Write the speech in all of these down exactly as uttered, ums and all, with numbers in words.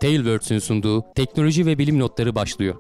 Tailwords'ün sunduğu teknoloji ve bilim notları başlıyor.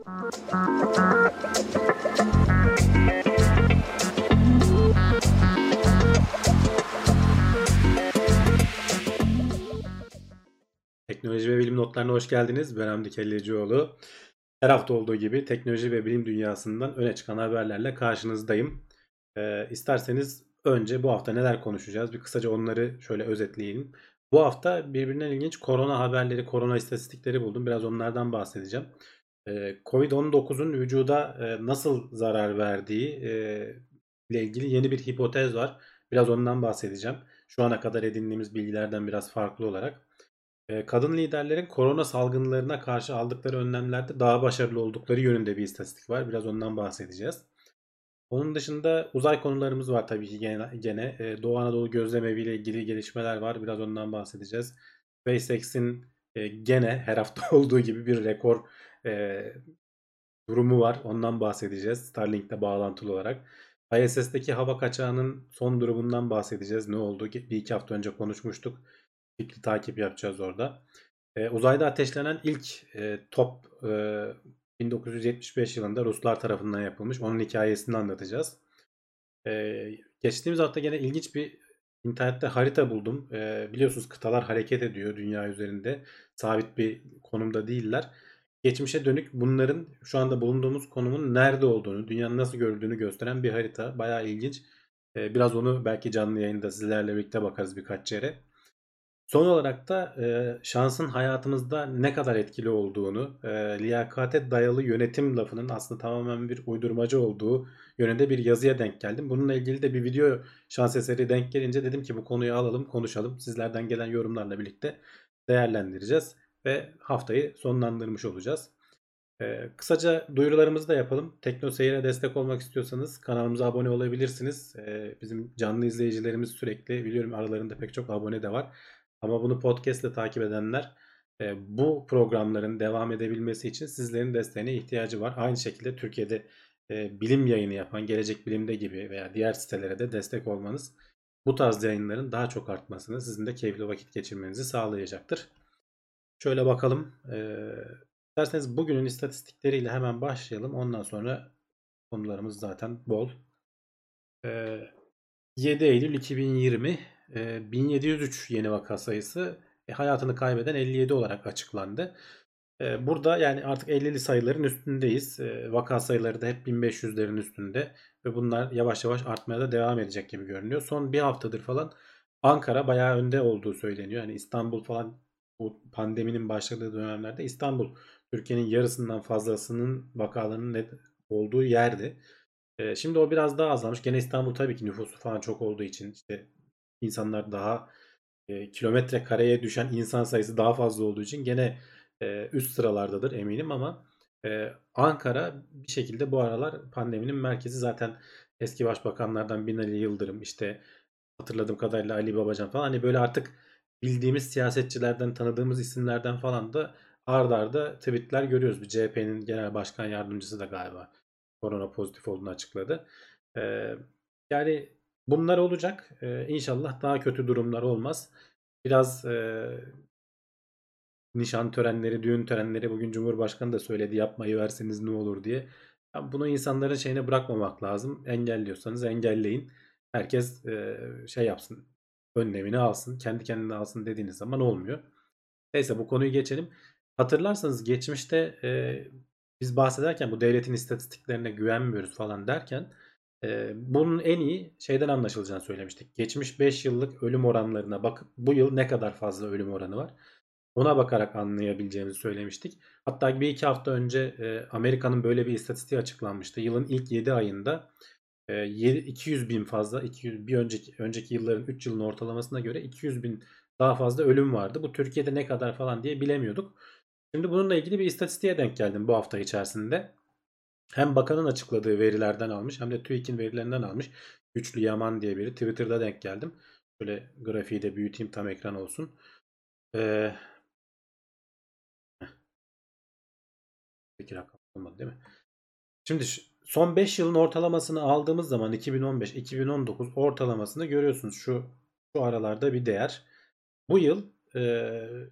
Teknoloji ve bilim notlarına hoş geldiniz. Ben Hamdi Kellecioğlu. Her hafta olduğu gibi teknoloji ve bilim dünyasından öne çıkan haberlerle karşınızdayım. Ee, isterseniz önce bu hafta neler konuşacağız? Bir kısaca onları şöyle özetleyelim. Bu hafta birbirinden ilginç korona haberleri, korona istatistikleri buldum. Biraz onlardan bahsedeceğim. Ee, covid on dokuzun vücuda e, nasıl zarar verdiği e, ile ilgili yeni bir hipotez var. Biraz ondan bahsedeceğim. Şu ana kadar edindiğimiz bilgilerden biraz farklı olarak. E, Kadın liderlerin korona salgınlarına karşı aldıkları önlemlerde daha başarılı oldukları yönünde bir istatistik var. Biraz ondan bahsedeceğiz. Onun dışında uzay konularımız var tabii ki gene. gene. E, Doğu Anadolu gözlemevi ile ilgili gelişmeler var. Biraz ondan bahsedeceğiz. SpaceX'in e, gene her hafta olduğu gibi bir rekor e, durumu var. Ondan bahsedeceğiz. Starlink'le bağlantılı olarak. I S S'teki hava kaçağının son durumundan bahsedeceğiz. Ne oldu? Bir iki hafta önce konuşmuştuk. Fikri takip yapacağız orada. E, uzayda ateşlenen ilk e, top e, bin dokuz yüz yetmiş beş yılında Ruslar tarafından yapılmış. Onun hikayesini anlatacağız. E, geçtiğimiz hafta gene ilginç bir internette harita buldum. E, biliyorsunuz kıtalar hareket ediyor dünya üzerinde. Sabit bir konumda değiller. Geçmişe dönük bunların şu anda bulunduğumuz konumun nerede olduğunu, dünyanın nasıl görüldüğünü gösteren bir harita. Bayağı ilginç. E, biraz onu belki canlı yayında sizlerle birlikte bakarız birkaç yere. Son olarak da e, şansın hayatımızda ne kadar etkili olduğunu, e, liyakate dayalı yönetim lafının aslında tamamen bir uydurmacı olduğu yönünde bir yazıya denk geldim. Bununla ilgili de bir video şans eseri denk gelince dedim ki bu konuyu alalım, konuşalım. Sizlerden gelen yorumlarla birlikte değerlendireceğiz ve haftayı sonlandırmış olacağız. Ee, kısaca duyurularımızı da yapalım. Tekno Seyir'e destek olmak istiyorsanız kanalımıza abone olabilirsiniz. Ee, bizim canlı izleyicilerimiz sürekli, biliyorum aralarında pek çok abone de var. Ama bunu podcast ile takip edenler e, bu programların devam edebilmesi için sizlerin desteğine ihtiyacı var. Aynı şekilde Türkiye'de e, bilim yayını yapan Gelecek Bilim'de gibi veya diğer sitelere de destek olmanız bu tarz yayınların daha çok artmasını, sizin de keyifli vakit geçirmenizi sağlayacaktır. Şöyle bakalım. Ee, isterseniz bugünün istatistikleriyle hemen başlayalım. Ondan sonra konularımız zaten bol. Ee, yedi Eylül iki bin yirmi e, bin yedi yüz üç yeni vaka sayısı e, hayatını kaybeden elli yedi olarak açıklandı. E, burada yani artık ellili sayıların üstündeyiz. E, vaka sayıları da hep bin beş yüzlerin üstünde ve bunlar yavaş yavaş artmaya da devam edecek gibi görünüyor. Son bir haftadır falan Ankara bayağı önde olduğu söyleniyor. Yani İstanbul falan bu pandeminin başladığı dönemlerde İstanbul Türkiye'nin yarısından fazlasının vakalarının net olduğu yerdi. E, şimdi o biraz daha azalmış. Gene İstanbul tabii ki nüfusu falan çok olduğu için işte insanlar daha e, kilometre kareye düşen insan sayısı daha fazla olduğu için gene e, üst sıralardadır eminim ama e, Ankara bir şekilde bu aralar pandeminin merkezi. Zaten eski başbakanlardan Binali Yıldırım, işte hatırladığım kadarıyla Ali Babacan falan, hani böyle artık bildiğimiz siyasetçilerden, tanıdığımız isimlerden falan da ard arda tweetler görüyoruz. Bir C H P'nin genel başkan yardımcısı da galiba korona pozitif olduğunu açıkladı. Ee, yani bunlar olacak. Ee, İnşallah daha kötü durumlar olmaz. Biraz e, nişan törenleri, düğün törenleri, bugün Cumhurbaşkanı da söyledi yapmayı verseniz ne olur diye. Ya bunu insanların şeyine bırakmamak lazım. Engelliyorsanız engelleyin. Herkes e, şey yapsın. Önlemini alsın. Kendi kendine alsın dediğiniz zaman olmuyor. Neyse bu konuyu geçelim. Hatırlarsanız geçmişte e, biz bahsederken bu devletin istatistiklerine güvenmiyoruz falan derken e, bunun en iyi şeyden anlaşılacağını söylemiştik. Geçmiş beş yıllık ölüm oranlarına bakıp bu yıl ne kadar fazla ölüm oranı var, ona bakarak anlayabileceğimizi söylemiştik. Hatta bir iki hafta önce e, Amerika'nın böyle bir istatistiği açıklanmıştı. Yılın ilk yedi ayında e, iki yüz bin fazla, iki yüz, bir önceki önceki yılların üç yılın ortalamasına göre iki yüz bin daha fazla ölüm vardı. Bu Türkiye'de ne kadar falan diye bilemiyorduk. Şimdi bununla ilgili bir istatistiğe denk geldim bu hafta içerisinde. Hem bakanın açıkladığı verilerden almış hem de TÜİK'in verilerinden almış. Güçlü Yaman diye biri, Twitter'da denk geldim. Şöyle grafiği de büyüteyim, tam ekran olsun. Ee, peki rakam olmadı değil mi? Şimdi son beş yılın ortalamasını aldığımız zaman iki bin on beş iki bin on dokuz ortalamasını görüyorsunuz. Şu şu aralarda bir değer. Bu yıl e,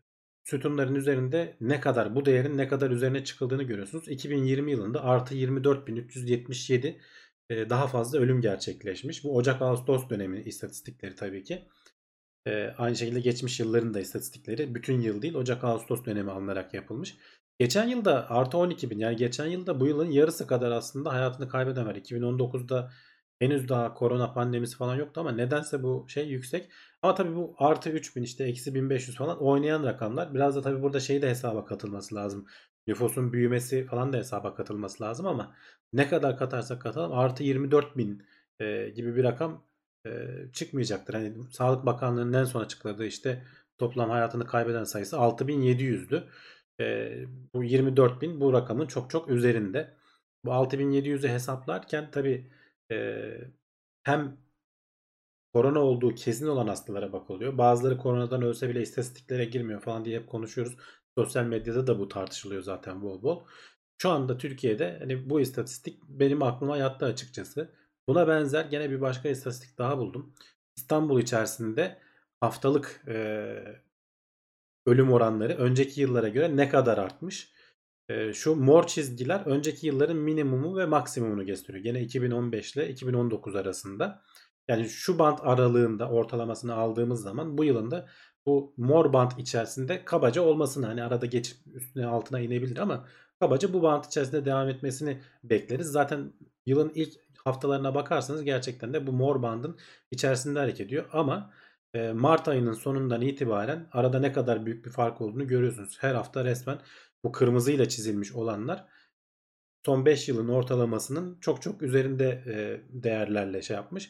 sütunların üzerinde ne kadar bu değerin ne kadar üzerine çıkıldığını görüyorsunuz. iki bin yirmi yılında artı yirmi dört bin üç yüz yetmiş yedi e, daha fazla ölüm gerçekleşmiş. Bu Ocak-Ağustos dönemi istatistikleri tabii ki. E, aynı şekilde geçmiş yılların da istatistikleri bütün yıl değil Ocak-Ağustos dönemi alınarak yapılmış. Geçen yılda artı on iki bin, yani geçen yılda bu yılın yarısı kadar aslında hayatını kaybeden var. iki bin on dokuzda henüz daha korona pandemisi falan yoktu ama nedense bu şey yüksek. Ama tabii bu artı üç bin işte eksi bin beş yüz falan oynayan rakamlar. Biraz da tabii burada şey de hesaba katılması lazım. Nüfusun büyümesi falan da hesaba katılması lazım ama ne kadar katarsak katalım artı yirmi dört bin e, gibi bir rakam e, çıkmayacaktır. Hani Sağlık Bakanlığı'nın en son açıkladığı işte toplam hayatını kaybeden sayısı altı bin yedi yüzdü. E, bu yirmi dört bin bu rakamın çok çok üzerinde. Bu altı bin yedi yüzü hesaplarken tabii e, hem korona olduğu kesin olan hastalara bakılıyor. Bazıları koronadan ölse bile istatistiklere girmiyor falan diye hep konuşuyoruz. Sosyal medyada da bu tartışılıyor zaten bol bol. Şu anda Türkiye'de hani bu istatistik benim aklıma yattı açıkçası. Buna benzer gene bir başka istatistik daha buldum. İstanbul içerisinde haftalık e, ölüm oranları önceki yıllara göre ne kadar artmış? E, şu mor çizgiler önceki yılların minimumu ve maksimumunu gösteriyor. Gene iki bin on beş ile iki bin on dokuz arasında. Yani şu bant aralığında ortalamasını aldığımız zaman bu yılın da bu mor bant içerisinde kabaca olmasını, hani arada geçip üstüne altına inebilir ama kabaca bu bant içerisinde devam etmesini bekleriz. Zaten yılın ilk haftalarına bakarsanız gerçekten de bu mor bandın içerisinde hareket ediyor ama e, Mart ayının sonundan itibaren arada ne kadar büyük bir fark olduğunu görüyorsunuz. Her hafta resmen bu kırmızıyla çizilmiş olanlar son beş yılın ortalamasının çok çok üzerinde e, değerlerle şey yapmış.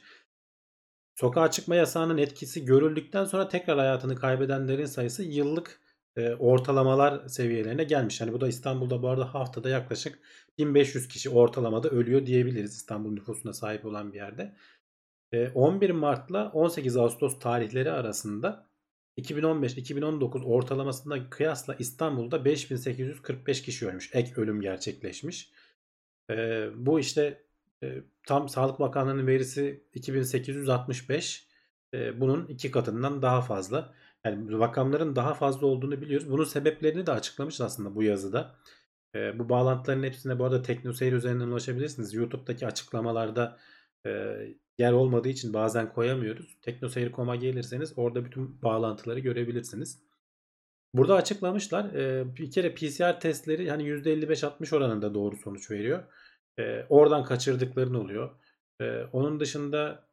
Sokağa çıkma yasağının etkisi görüldükten sonra tekrar hayatını kaybedenlerin sayısı yıllık e, ortalamalar seviyelerine gelmiş. Yani bu da İstanbul'da bu arada haftada yaklaşık bin beş yüz kişi ortalamada ölüyor diyebiliriz İstanbul nüfusuna sahip olan bir yerde. E, on bir Mart'la on sekiz Ağustos tarihleri arasında iki bin on beş iki bin on dokuz ortalamasına kıyasla İstanbul'da beş bin sekiz yüz kırk beş kişi ölmüş. Ek ölüm gerçekleşmiş. E, bu işte e, tam Sağlık Bakanlığı'nın verisi iki bin sekiz yüz altmış beş. E, bunun iki katından daha fazla. Yani rakamların daha fazla olduğunu biliyoruz. Bunun sebeplerini de açıklamış aslında bu yazıda. E, bu bağlantıların hepsine bu arada TeknoSeyir üzerinden ulaşabilirsiniz. YouTube'daki açıklamalarda e, yer olmadığı için bazen koyamıyoruz. teknoseyir nokta com'a gelirseniz orada bütün bağlantıları görebilirsiniz. Burada açıklamışlar. E, bir kere P C R testleri hani yüzde elli beş altmış oranında doğru sonuç veriyor. E, oradan kaçırdıkların oluyor. E, onun dışında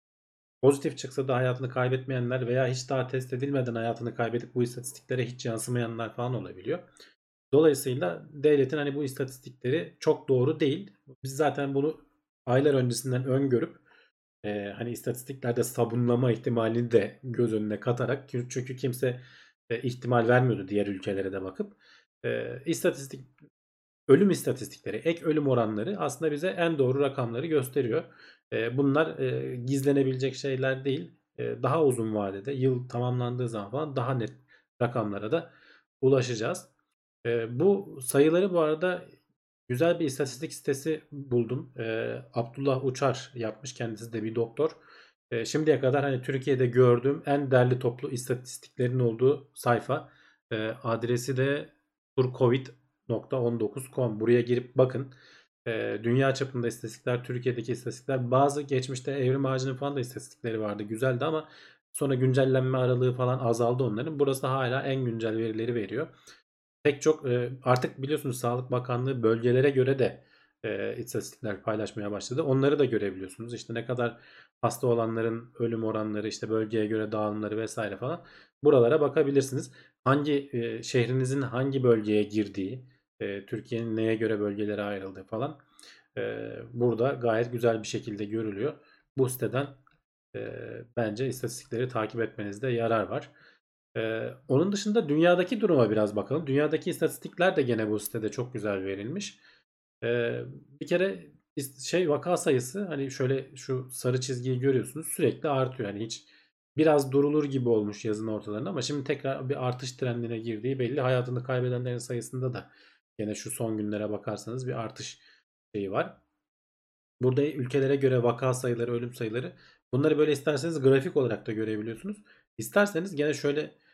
pozitif çıksa da hayatını kaybetmeyenler veya hiç daha test edilmeden hayatını kaybedip bu istatistiklere hiç yansımayanlar falan olabiliyor. Dolayısıyla devletin hani bu istatistikleri çok doğru değil. Biz zaten bunu aylar öncesinden öngörüp e, hani istatistiklerde sabunlama ihtimalini de göz önüne katarak, çünkü kimse e, ihtimal vermiyordu diğer ülkelere de bakıp e, istatistik ölüm istatistikleri, ek ölüm oranları aslında bize en doğru rakamları gösteriyor. E, bunlar e, gizlenebilecek şeyler değil. E, daha uzun vadede yıl tamamlandığı zaman falan daha net rakamlara da ulaşacağız. E, bu sayıları bu arada güzel bir istatistik sitesi buldum. E, Abdullah Uçar yapmış, kendisi de bir doktor. E, şimdiye kadar hani Türkiye'de gördüğüm en derli toplu istatistiklerin olduğu sayfa. E, adresi de turcovid nokta on dokuz nokta com. Buraya girip bakın. E, dünya çapında istatistikler, Türkiye'deki istatistikler, bazı geçmişte Evrim Ağacı'nın falan da istatistikleri vardı. Güzeldi ama sonra güncellenme aralığı falan azaldı onların. Burası hala en güncel verileri veriyor. Pek çok e, artık biliyorsunuz Sağlık Bakanlığı bölgelere göre de e, istatistikler paylaşmaya başladı. Onları da görebiliyorsunuz. İşte ne kadar hasta olanların ölüm oranları, işte bölgeye göre dağılımları vesaire falan. Buralara bakabilirsiniz. Hangi e, şehrinizin hangi bölgeye girdiği, e, Türkiye'nin neye göre bölgelere ayrıldığı falan e, burada gayet güzel bir şekilde görülüyor. Bu siteden e, bence istatistikleri takip etmenizde yarar var. Ee, onun dışında dünyadaki duruma biraz bakalım. Dünyadaki istatistikler de gene bu sitede çok güzel verilmiş. Ee, bir kere şey vaka sayısı, hani şöyle şu sarı çizgiyi görüyorsunuz, sürekli artıyor. Hani hiç biraz durulur gibi olmuş yazın ortalarında ama şimdi tekrar bir artış trendine girdiği belli. Hayatını kaybedenlerin sayısında da gene şu son günlere bakarsanız bir artış şeyi var. Burada ülkelere göre vaka sayıları, ölüm sayıları, bunları böyle isterseniz grafik olarak da görebiliyorsunuz. İsterseniz gene şöyle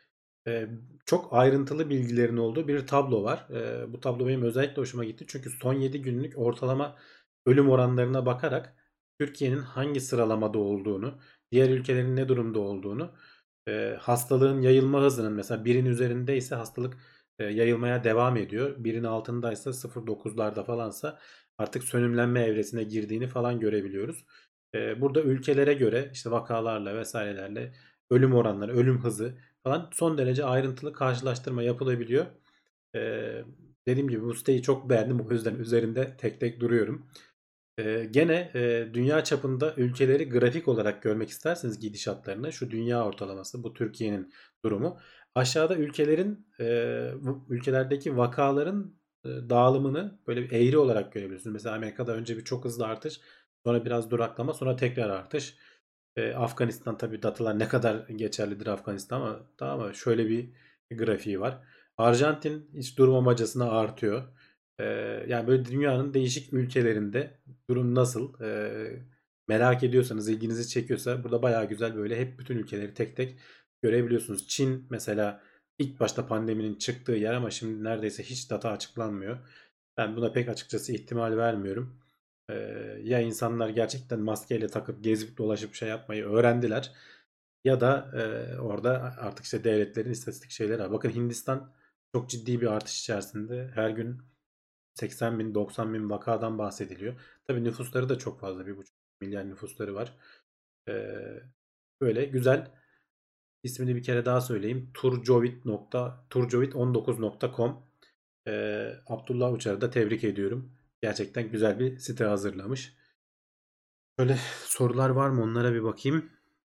Eee, çok ayrıntılı bilgilerin olduğu bir tablo var. Eee, bu tablo benim özellikle hoşuma gitti. Çünkü son yedi günlük ortalama ölüm oranlarına bakarak Türkiye'nin hangi sıralamada olduğunu, diğer ülkelerin ne durumda olduğunu, eee, hastalığın yayılma hızının mesela birin üzerindeyse hastalık eee, yayılmaya devam ediyor. Birin altındaysa sıfır virgül dokuzlarda falansa artık sönümlenme evresine girdiğini falan görebiliyoruz. Eee, burada ülkelere göre işte vakalarla vesairelerle ölüm oranları, ölüm hızı falan son derece ayrıntılı karşılaştırma yapılabiliyor. Eee, dediğim gibi bu siteyi çok beğendim. O yüzden üzerinde tek tek duruyorum. Eee, gene eee, dünya çapında ülkeleri grafik olarak görmek isterseniz gidişatlarını, şu dünya ortalaması, bu Türkiye'nin durumu. Aşağıda ülkelerin eee, bu ülkelerdeki vakaların eee, dağılımını böyle bir eğri olarak görebiliyorsunuz. Mesela Amerika'da önce bir çok hızlı artış, sonra biraz duraklama, sonra tekrar artış. Eee, Afganistan tabii datalar ne kadar geçerlidir Afganistan ama tamam mı? Şöyle bir grafiği var. Arjantin hiç durmamacasına artıyor. Eee, yani böyle dünyanın değişik ülkelerinde durum nasıl? Eee, merak ediyorsanız, ilginizi çekiyorsa burada bayağı güzel böyle hep bütün ülkeleri tek tek görebiliyorsunuz. Çin mesela ilk başta pandeminin çıktığı yer ama şimdi neredeyse hiç data açıklanmıyor. Ben buna pek açıkçası ihtimal vermiyorum. Eee, ya insanlar gerçekten maskeyle takıp gezip dolaşıp şey yapmayı öğrendiler ya da eee, orada artık işte devletlerin istatistik şeyleri var. Bakın Hindistan çok ciddi bir artış içerisinde. Her gün seksen bin doksan bin vakadan bahsediliyor. Tabii nüfusları da çok fazla. Bir buçuk milyar nüfusları var. Eee, böyle güzel. İsmini bir kere daha söyleyeyim. turcovit. turcovit on dokuz nokta com. Eee, Abdullah Uçar'ı da tebrik ediyorum. Gerçekten güzel bir site hazırlamış. Şöyle sorular var mı onlara bir bakayım.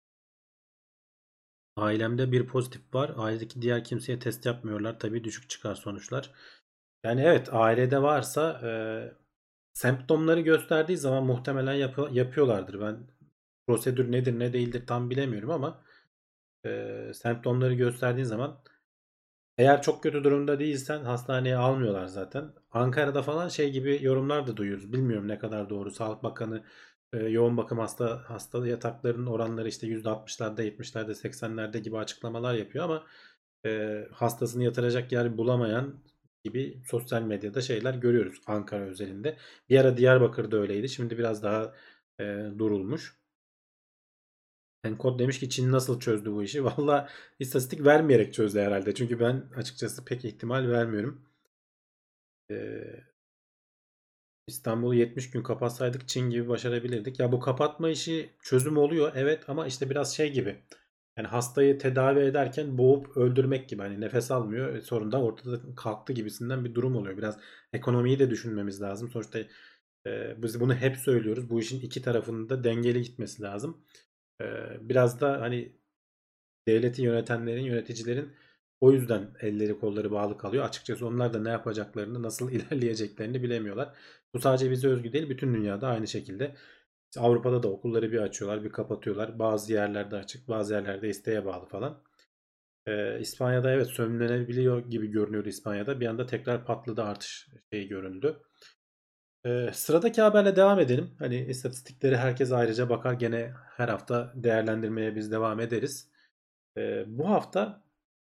Ailemde bir pozitif var. Ailedeki diğer kimseye test yapmıyorlar. Tabii düşük çıkar sonuçlar. Yani evet ailede varsa e, semptomları gösterdiği zaman muhtemelen yapı- yapıyorlardır. Ben prosedür nedir ne değildir tam bilemiyorum ama e, semptomları gösterdiği zaman eğer çok kötü durumda değilsen hastaneye almıyorlar zaten. Ankara'da falan şey gibi yorumlar da duyuyoruz. Bilmiyorum ne kadar doğru. Sağlık Bakanı e, yoğun bakım hasta hasta yataklarının oranları işte yüzde altmışlarda, yetmişlerde, seksenlerde gibi açıklamalar yapıyor ama e, hastasını yatıracak yer bulamayan gibi sosyal medyada şeyler görüyoruz Ankara özelinde. Bir ara Diyarbakır'da öyleydi. Şimdi biraz daha e, durulmuş. Enkod demiş ki Çin nasıl çözdü bu işi? Valla istatistik vermeyerek çözdü herhalde. Çünkü ben açıkçası pek ihtimal vermiyorum. Ee, İstanbul'u yetmiş gün kapatsaydık Çin gibi başarabilirdik. Ya bu kapatma işi çözüm oluyor evet ama işte biraz şey gibi. Yani hastayı tedavi ederken boğup öldürmek gibi. Hani nefes almıyor e, sorun da ortada kalktı gibisinden bir durum oluyor. Biraz ekonomiyi de düşünmemiz lazım. Sonuçta e, biz bunu hep söylüyoruz. Bu işin iki tarafının da dengeli gitmesi lazım. E, biraz da hani devleti yönetenlerin, yöneticilerin o yüzden elleri kolları bağlı kalıyor. Açıkçası onlar da ne yapacaklarını, nasıl ilerleyeceklerini bilemiyorlar. Bu sadece bize özgü değil, bütün dünyada aynı şekilde. İşte Avrupa'da da okulları bir açıyorlar, bir kapatıyorlar. Bazı yerlerde açık, bazı yerlerde isteğe bağlı falan. Ee, İspanya'da evet sömürülebiliyor gibi görünüyordu İspanya'da. Bir anda tekrar patladı artış şeyi göründü. Ee, sıradaki haberle devam edelim. Hani istatistikleri herkes ayrıca bakar. Gene her hafta değerlendirmeye biz devam ederiz. Ee, bu hafta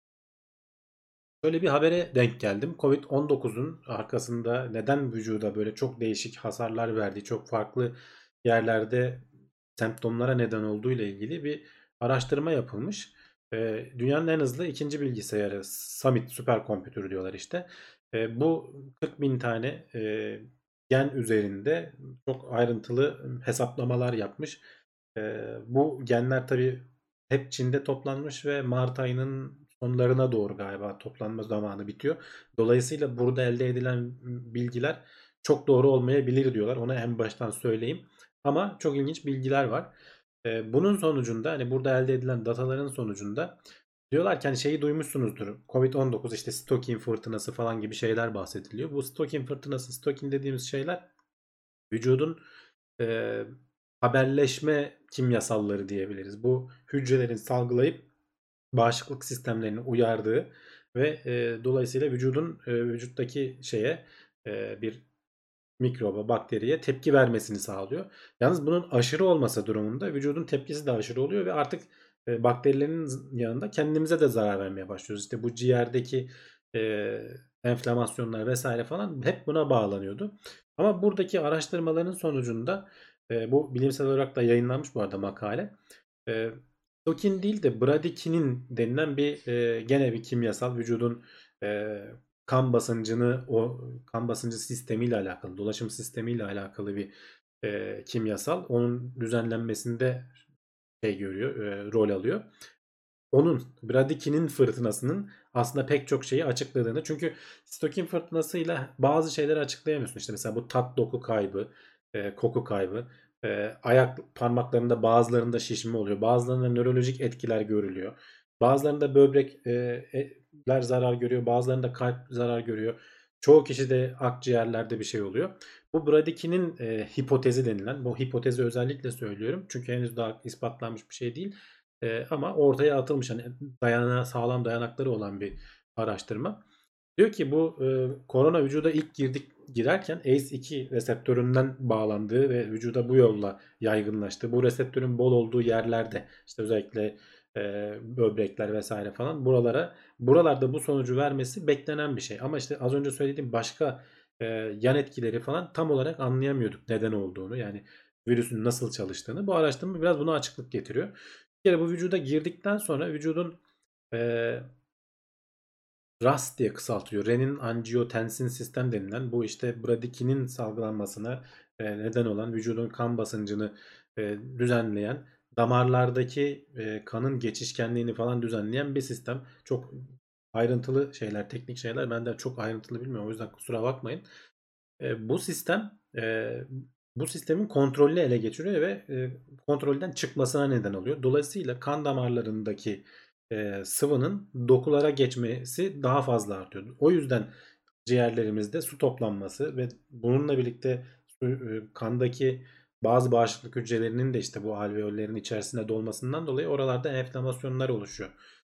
şöyle bir habere denk geldim. covid on dokuzun arkasında neden vücuda böyle çok değişik hasarlar verdiği, çok farklı yerlerde semptomlara neden olduğu ile ilgili bir araştırma yapılmış. Ee, dünyanın en hızlı ikinci bilgisayarı Summit süperkompütürü diyorlar işte. Ee, bu kırk bin tane e, gen üzerinde çok ayrıntılı hesaplamalar yapmış. Ee, bu genler tabii hep Çin'de toplanmış ve Mart ayının sonlarına doğru galiba toplanma zamanı bitiyor. Dolayısıyla burada elde edilen bilgiler çok doğru olmayabilir diyorlar. Onu en baştan söyleyeyim. Ama çok ilginç bilgiler var. Ee, bunun sonucunda hani burada elde edilen dataların sonucunda diyorlar ki hani şeyi duymuşsunuzdur. covid on dokuz işte Stokin fırtınası falan gibi şeyler bahsediliyor. Bu Stokin fırtınası, Stokin dediğimiz şeyler vücudun e, haberleşme kimyasalları diyebiliriz. Bu hücrelerin salgılayıp bağışıklık sistemlerini uyardığı ve e, dolayısıyla vücudun e, vücuttaki şeye e, bir mikroba, bakteriye tepki vermesini sağlıyor. Yalnız bunun aşırı olmasa durumunda vücudun tepkisi de aşırı oluyor ve artık e, bakterilerin z- yanında kendimize de zarar vermeye başlıyoruz. İşte bu ciğerdeki e, enflamasyonlar vesaire falan hep buna bağlanıyordu. Ama buradaki araştırmaların sonucunda e, bu bilimsel olarak da yayınlanmış bu arada makale. E, Stokin değil de bradikinin denilen bir e, gene bir kimyasal vücudun e, kan basıncını o kan basıncı sistemiyle alakalı, dolaşım sistemiyle alakalı bir e, kimyasal. Onun düzenlenmesinde şey görüyor, e, rol alıyor. Onun Bradicky'nin fırtınasının aslında pek çok şeyi açıkladığını. Çünkü Stokin fırtınasıyla bazı şeyleri açıklayamıyorsun. İşte mesela bu tat doku kaybı, e, koku kaybı, e, ayak parmaklarında bazılarında şişme oluyor. Bazılarında nörolojik etkiler görülüyor. Bazılarında böbrekler zarar görüyor. Bazılarında kalp zarar görüyor. Çoğu kişi de akciğerlerde bir şey oluyor. Bu Bradicky'nin e, hipotezi denilen, bu hipotezi özellikle söylüyorum. Çünkü henüz daha ispatlanmış bir şey değil. Ee, ama ortaya atılmış hani dayanağı, sağlam dayanakları olan bir araştırma. Diyor ki bu e, korona vücuda ilk girdik girerken A C E iki reseptöründen bağlandığı ve vücuda bu yolla yaygınlaştı. Bu reseptörün bol olduğu yerlerde işte özellikle e, böbrekler vesaire falan buralara buralarda bu sonucu vermesi beklenen bir şey. Ama işte az önce söylediğim başka e, yan etkileri falan tam olarak anlayamıyorduk neden olduğunu. Yani virüsün nasıl çalıştığını. Bu araştırma biraz buna açıklık getiriyor. Bir kere bu vücuda girdikten sonra vücudun e, R A S diye kısaltıyor. Renin angiotensin sistem denilen bu işte bradikinin salgılanmasına e, neden olan vücudun kan basıncını e, düzenleyen damarlardaki e, kanın geçişkenliğini falan düzenleyen bir sistem. Çok ayrıntılı şeyler, teknik şeyler. Ben de çok ayrıntılı bilmiyorum. O yüzden kusura bakmayın. E, bu sistem e, bu sistemin kontrolünü ele geçiriyor ve e, kontrolden çıkmasına neden oluyor. Dolayısıyla kan damarlarındaki e, sıvının dokulara geçmesi daha fazla artıyor. O yüzden ciğerlerimizde su toplanması ve bununla birlikte su, e, kandaki bazı bağışıklık hücrelerinin de işte bu alveollerin içerisinde dolmasından dolayı oralarda enflamasyonlar oluşuyor.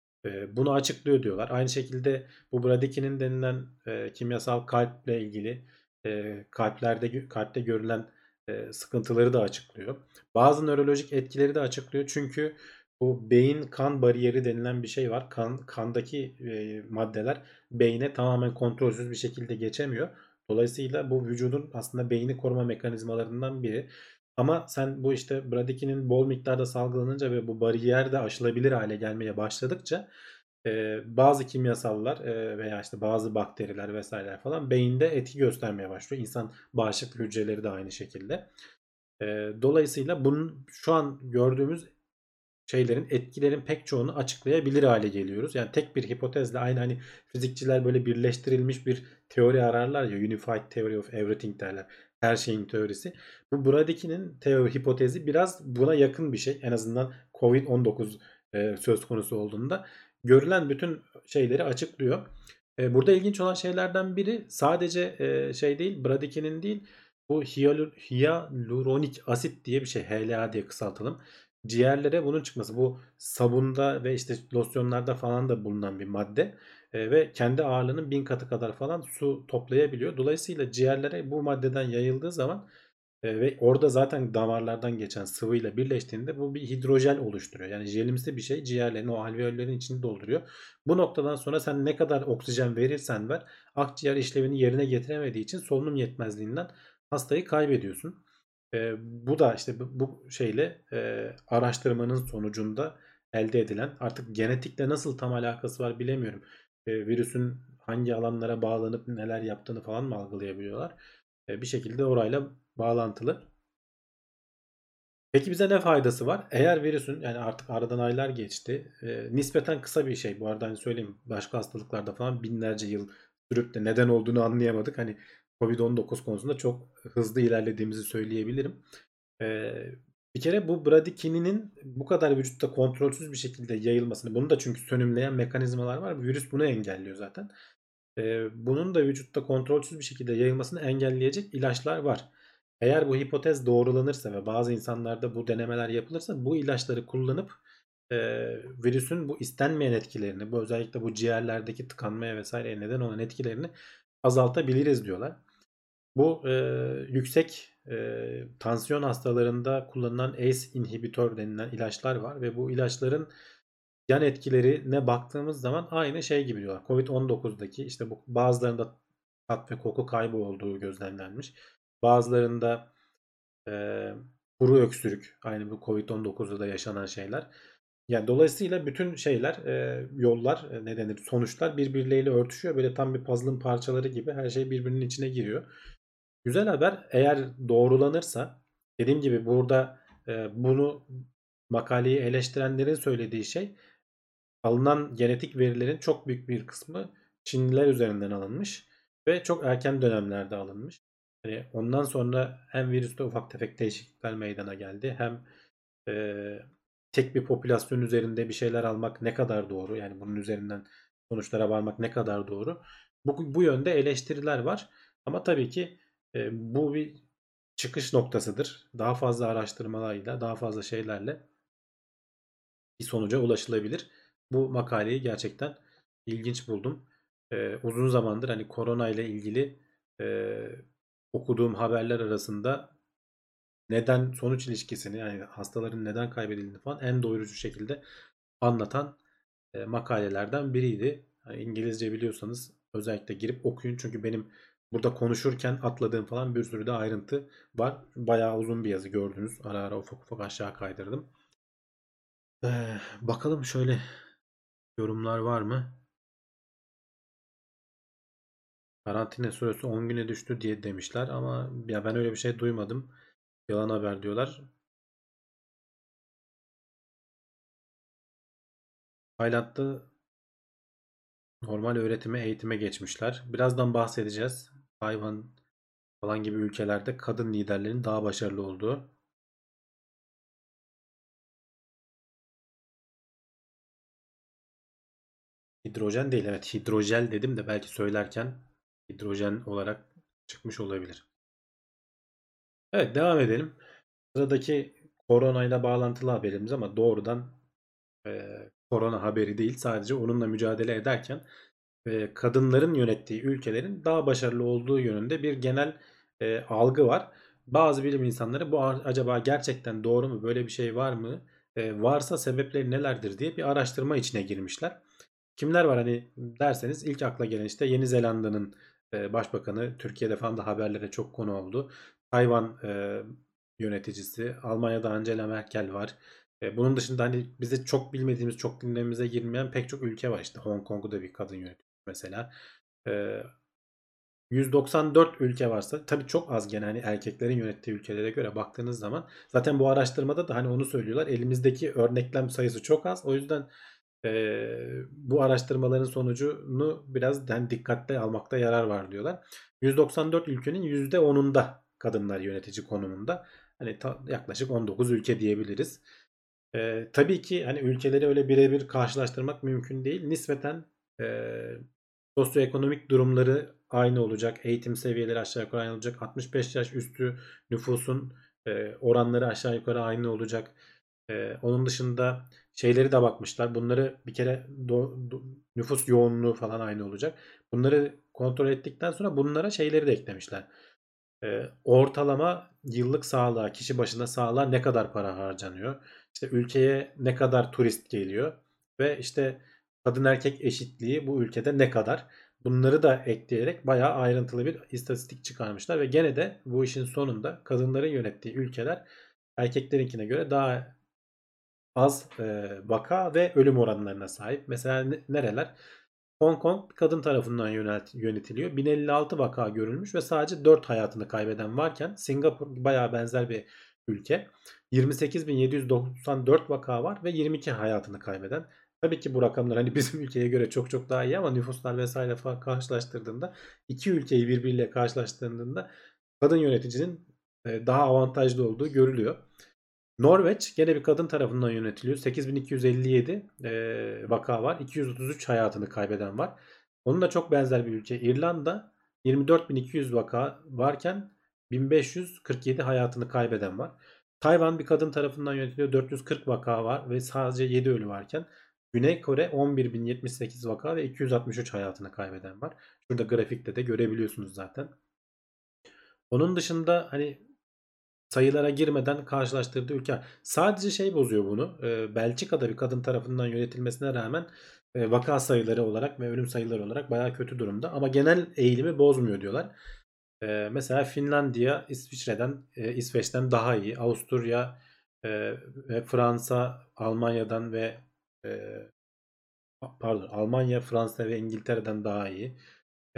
E, bunu açıklıyor diyorlar. Aynı şekilde bu bradikinin denilen e, kimyasal kalple ilgili e, kalplerde kalpte görülen e, sıkıntıları da açıklıyor. Bazı nörolojik etkileri de açıklıyor. Çünkü bu beyin kan bariyeri denilen bir şey var. Kan kandaki e, maddeler beyne tamamen kontrolsüz bir şekilde geçemiyor. Dolayısıyla bu vücudun aslında beyni koruma mekanizmalarından biri. Ama sen bu işte bradikinin bol miktarda salgılanınca ve bu bariyer de aşılabilir hale gelmeye başladıkça e, bazı kimyasallar e, veya işte bazı bakteriler vesaireler falan beyinde etki göstermeye başlıyor. İnsan bağışıklık hücreleri de aynı şekilde. E, dolayısıyla bunun şu an gördüğümüz şeylerin etkilerin pek çoğunu açıklayabilir hale geliyoruz. Yani tek bir hipotezle aynı hani fizikçiler böyle birleştirilmiş bir teori ararlar ya Unified Theory of Everything derler. Her şeyin teorisi. Bu buradakinin teori hipotezi biraz buna yakın bir şey. En azından covid on dokuz e, söz konusu olduğunda görülen bütün şeyleri açıklıyor. E, burada ilginç olan şeylerden biri sadece e, şey değil, Bradykin'in değil, bu hiyalur, hyaluronik asit diye bir şey, H L A diye kısaltalım. Ciğerlere bunun çıkması. Bu sabunda ve işte losyonlarda falan da bulunan bir madde. E, ve kendi ağırlığının bin katı kadar falan su toplayabiliyor. Dolayısıyla ciğerlere bu maddeden yayıldığı zaman e, ve orada zaten damarlardan geçen sıvıyla birleştiğinde bu bir hidrojel oluşturuyor. Yani jelimsi bir şey ciğerlerin o alveollerin içini dolduruyor. Bu noktadan sonra sen ne kadar oksijen verirsen ver akciğer işlevini yerine getiremediği için solunum yetmezliğinden hastayı kaybediyorsun. E, bu da işte bu, bu şeyle e, araştırmanın sonucunda elde edilen artık genetikle nasıl tam alakası var bilemiyorum. E, virüsün hangi alanlara bağlanıp neler yaptığını falan mı algılayabiliyorlar? E, bir şekilde orayla bağlantılı. Peki bize ne faydası var? Eğer virüsün yani artık aradan aylar geçti. E, nispeten kısa bir şey. Bu arada hani söyleyeyim başka hastalıklarda falan binlerce yıl sürüp de neden olduğunu anlayamadık. Hani covid on dokuz konusunda çok hızlı ilerlediğimizi söyleyebilirim. E, Bir kere bu bradikininin bu kadar vücutta kontrolsüz bir şekilde yayılmasını, bunu da çünkü sönümleyen mekanizmalar var. Virüs bunu engelliyor zaten. E, bunun da vücutta kontrolsüz bir şekilde yayılmasını engelleyecek ilaçlar var. Eğer bu hipotez doğrulanırsa ve bazı insanlarda bu denemeler yapılırsa bu ilaçları kullanıp e, virüsün bu istenmeyen etkilerini, bu özellikle bu ciğerlerdeki tıkanmaya vesaire neden olan etkilerini azaltabiliriz diyorlar. Bu e, yüksek e, tansiyon hastalarında kullanılan A C E inhibitör denilen ilaçlar var ve bu ilaçların yan etkilerine baktığımız zaman aynı şey gibi diyorlar. covid on dokuzdaki işte bu bazılarında tat ve koku kaybı olduğu gözlemlenmiş. Bazılarında e, kuru öksürük, aynı bu covid on dokuzda da yaşanan şeyler. Yani dolayısıyla bütün şeyler, e, yollar, e, ne denir, sonuçlar birbirleriyle örtüşüyor. Böyle tam bir puzzle'ın parçaları gibi her şey birbirinin içine giriyor. Güzel haber, eğer doğrulanırsa, dediğim gibi burada e, bunu makaleyi eleştirenlerin söylediği şey, alınan genetik verilerin çok büyük bir kısmı Çinliler üzerinden alınmış ve çok erken dönemlerde alınmış. Hani ondan sonra hem virüste ufak tefek değişiklikler meydana geldi, hem e, tek bir popülasyon üzerinde bir şeyler almak ne kadar doğru? Yani bunun üzerinden sonuçlara varmak ne kadar doğru? Bu, bu yönde eleştiriler var. Ama tabii ki e, bu bir çıkış noktasıdır. Daha fazla araştırmalarla, daha fazla şeylerle bir sonuca ulaşılabilir. Bu makaleyi gerçekten ilginç buldum. Ee, uzun zamandır hani korona ile ilgili e, okuduğum haberler arasında neden sonuç ilişkisini, yani hastaların neden kaybedildiğini falan en doyurucu şekilde anlatan e, makalelerden biriydi. Yani İngilizce biliyorsanız özellikle girip okuyun, çünkü benim burada konuşurken atladığım falan bir sürü de ayrıntı var. Bayağı uzun bir yazı, gördünüz. Ara ara ufak ufak aşağı kaydırdım. Ee, bakalım şöyle, yorumlar var mı? Karantina süresi on güne düştü diye demişler ama ya ben öyle bir şey duymadım. Yalan haber diyorlar. Tayland'da normal öğretime, eğitime geçmişler. Birazdan bahsedeceğiz. Tayvan falan gibi ülkelerde kadın liderlerin daha başarılı olduğu. Hidrojen değil, evet, hidrojel dedim de belki söylerken hidrojen olarak çıkmış olabilir. Evet, devam edelim. Sıradaki koronayla bağlantılı haberimiz ama doğrudan e, korona haberi değil. Sadece onunla mücadele ederken e, kadınların yönettiği ülkelerin daha başarılı olduğu yönünde bir genel e, algı var. Bazı bilim insanları bu acaba gerçekten doğru mu, böyle bir şey var mı, E, varsa sebepleri nelerdir diye bir araştırma içine girmişler. Kimler var hani derseniz, ilk akla gelen işte Yeni Zelanda'nın e, başbakanı, Türkiye'de falan da haberlere çok konu oldu. Tayvan e, yöneticisi, Almanya'da Angela Merkel var. E, bunun dışında hani bize çok bilmediğimiz, çok gündemimize girmeyen pek çok ülke var. İşte Hong Kong'u da bir kadın yönetiyor mesela. E, yüz doksan dört ülke varsa tabii çok az, gene hani erkeklerin yönettiği ülkelere göre baktığınız zaman, zaten bu araştırmada da hani onu söylüyorlar, elimizdeki örneklem sayısı çok az, o yüzden e, bu araştırmaların sonucunu biraz hani dikkate almakta yarar var diyorlar. yüz doksan dört ülkenin yüzde onunda kadınlar yönetici konumunda, hani ta- yaklaşık on dokuz ülke diyebiliriz. E, tabii ki hani ülkeleri öyle birebir karşılaştırmak mümkün değil. Nispeten e, sosyoekonomik durumları aynı olacak. Eğitim seviyeleri aşağı yukarı aynı olacak. altmış beş yaş üstü nüfusun e, oranları aşağı yukarı aynı olacak. E, onun dışında şeyleri de bakmışlar. Bunları bir kere do- do- nüfus yoğunluğu falan aynı olacak. Bunları kontrol ettikten sonra bunlara şeyleri de eklemişler. E, ortalama yıllık sağlığa, kişi başına sağlığa ne kadar para harcanıyor? İşte ülkeye ne kadar turist geliyor? Ve işte kadın erkek eşitliği bu ülkede ne kadar? Bunları da ekleyerek bayağı ayrıntılı bir istatistik çıkarmışlar ve gene de bu işin sonunda kadınların yönettiği ülkeler erkeklerinkine göre daha az e, vaka ve ölüm oranlarına sahip. Mesela ne- nereler? Hong Kong kadın tarafından yönelt, yönetiliyor. bin elli altı vaka görülmüş ve sadece dört hayatını kaybeden varken, Singapur bayağı benzer bir ülke. yirmi sekiz bin yedi yüz doksan dört vaka var ve yirmi iki hayatını kaybeden. Tabii ki bu rakamlar hani bizim ülkeye göre çok çok daha iyi ama nüfuslar vesaire falan karşılaştırdığında, iki ülkeyi birbiriyle karşılaştırdığında kadın yöneticinin e, daha avantajlı olduğu görülüyor. Norveç gene bir kadın tarafından yönetiliyor. sekiz bin iki yüz elli yedi e, vaka var. iki yüz otuz üç hayatını kaybeden var. Onun da çok benzer bir ülke. İrlanda yirmi dört bin iki yüz vaka varken bin beş yüz kırk yedi hayatını kaybeden var. Tayvan bir kadın tarafından yönetiliyor. dört yüz kırk vaka var ve sadece yedi ölü varken, Güney Kore on bir bin yetmiş sekiz vaka ve iki yüz altmış üç hayatını kaybeden var. Şurada grafikte de görebiliyorsunuz zaten. Onun dışında hani sayılara girmeden karşılaştırdığı ülke. Sadece şey bozuyor bunu. E, Belçika'da bir kadın tarafından yönetilmesine rağmen e, vaka sayıları olarak ve ölüm sayıları olarak bayağı kötü durumda. Ama genel eğilimi bozmuyor diyorlar. E, mesela Finlandiya İsviçre'den, e, İsveç'ten daha iyi. Avusturya e, ve Fransa Almanya'dan ve e, pardon Almanya, Fransa ve İngiltere'den daha iyi. E,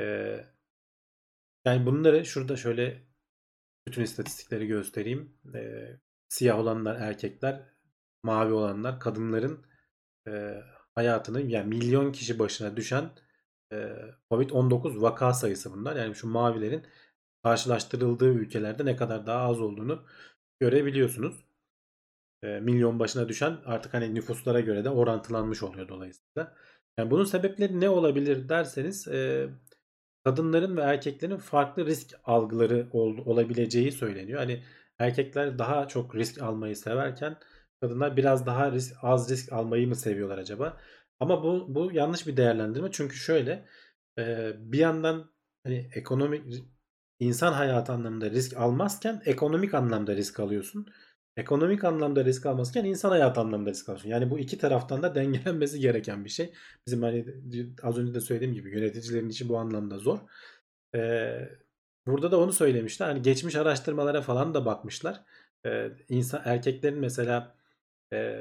yani bunları şurada şöyle bütün istatistikleri göstereyim. E, siyah olanlar erkekler, mavi olanlar kadınların e, hayatını, yani milyon kişi başına düşen e, covid on dokuz vaka sayısı bunlar. Yani şu mavilerin karşılaştırıldığı ülkelerde ne kadar daha az olduğunu görebiliyorsunuz. E, milyon başına düşen artık hani nüfuslara göre de orantılanmış oluyor dolayısıyla. Yani bunun sebepleri ne olabilir derseniz e, kadınların ve erkeklerin farklı risk algıları ol, olabileceği söyleniyor. Hani erkekler daha çok risk almayı severken kadınlar biraz daha risk, az risk almayı mı seviyorlar acaba? Ama bu bu yanlış bir değerlendirme. Çünkü şöyle e, bir yandan hani ekonomik insan hayatı anlamında risk almazken ekonomik anlamda risk alıyorsun. Ekonomik anlamda risk almazken insan hayatı anlamında risk alıyorsun. Yani bu iki taraftan da dengelenmesi gereken bir şey. Bizim hani az önce de söylediğim gibi yöneticilerin işi bu anlamda zor. Ee, burada da onu söylemişler. Hani geçmiş araştırmalara falan da bakmışlar. Ee, insan erkeklerin mesela e,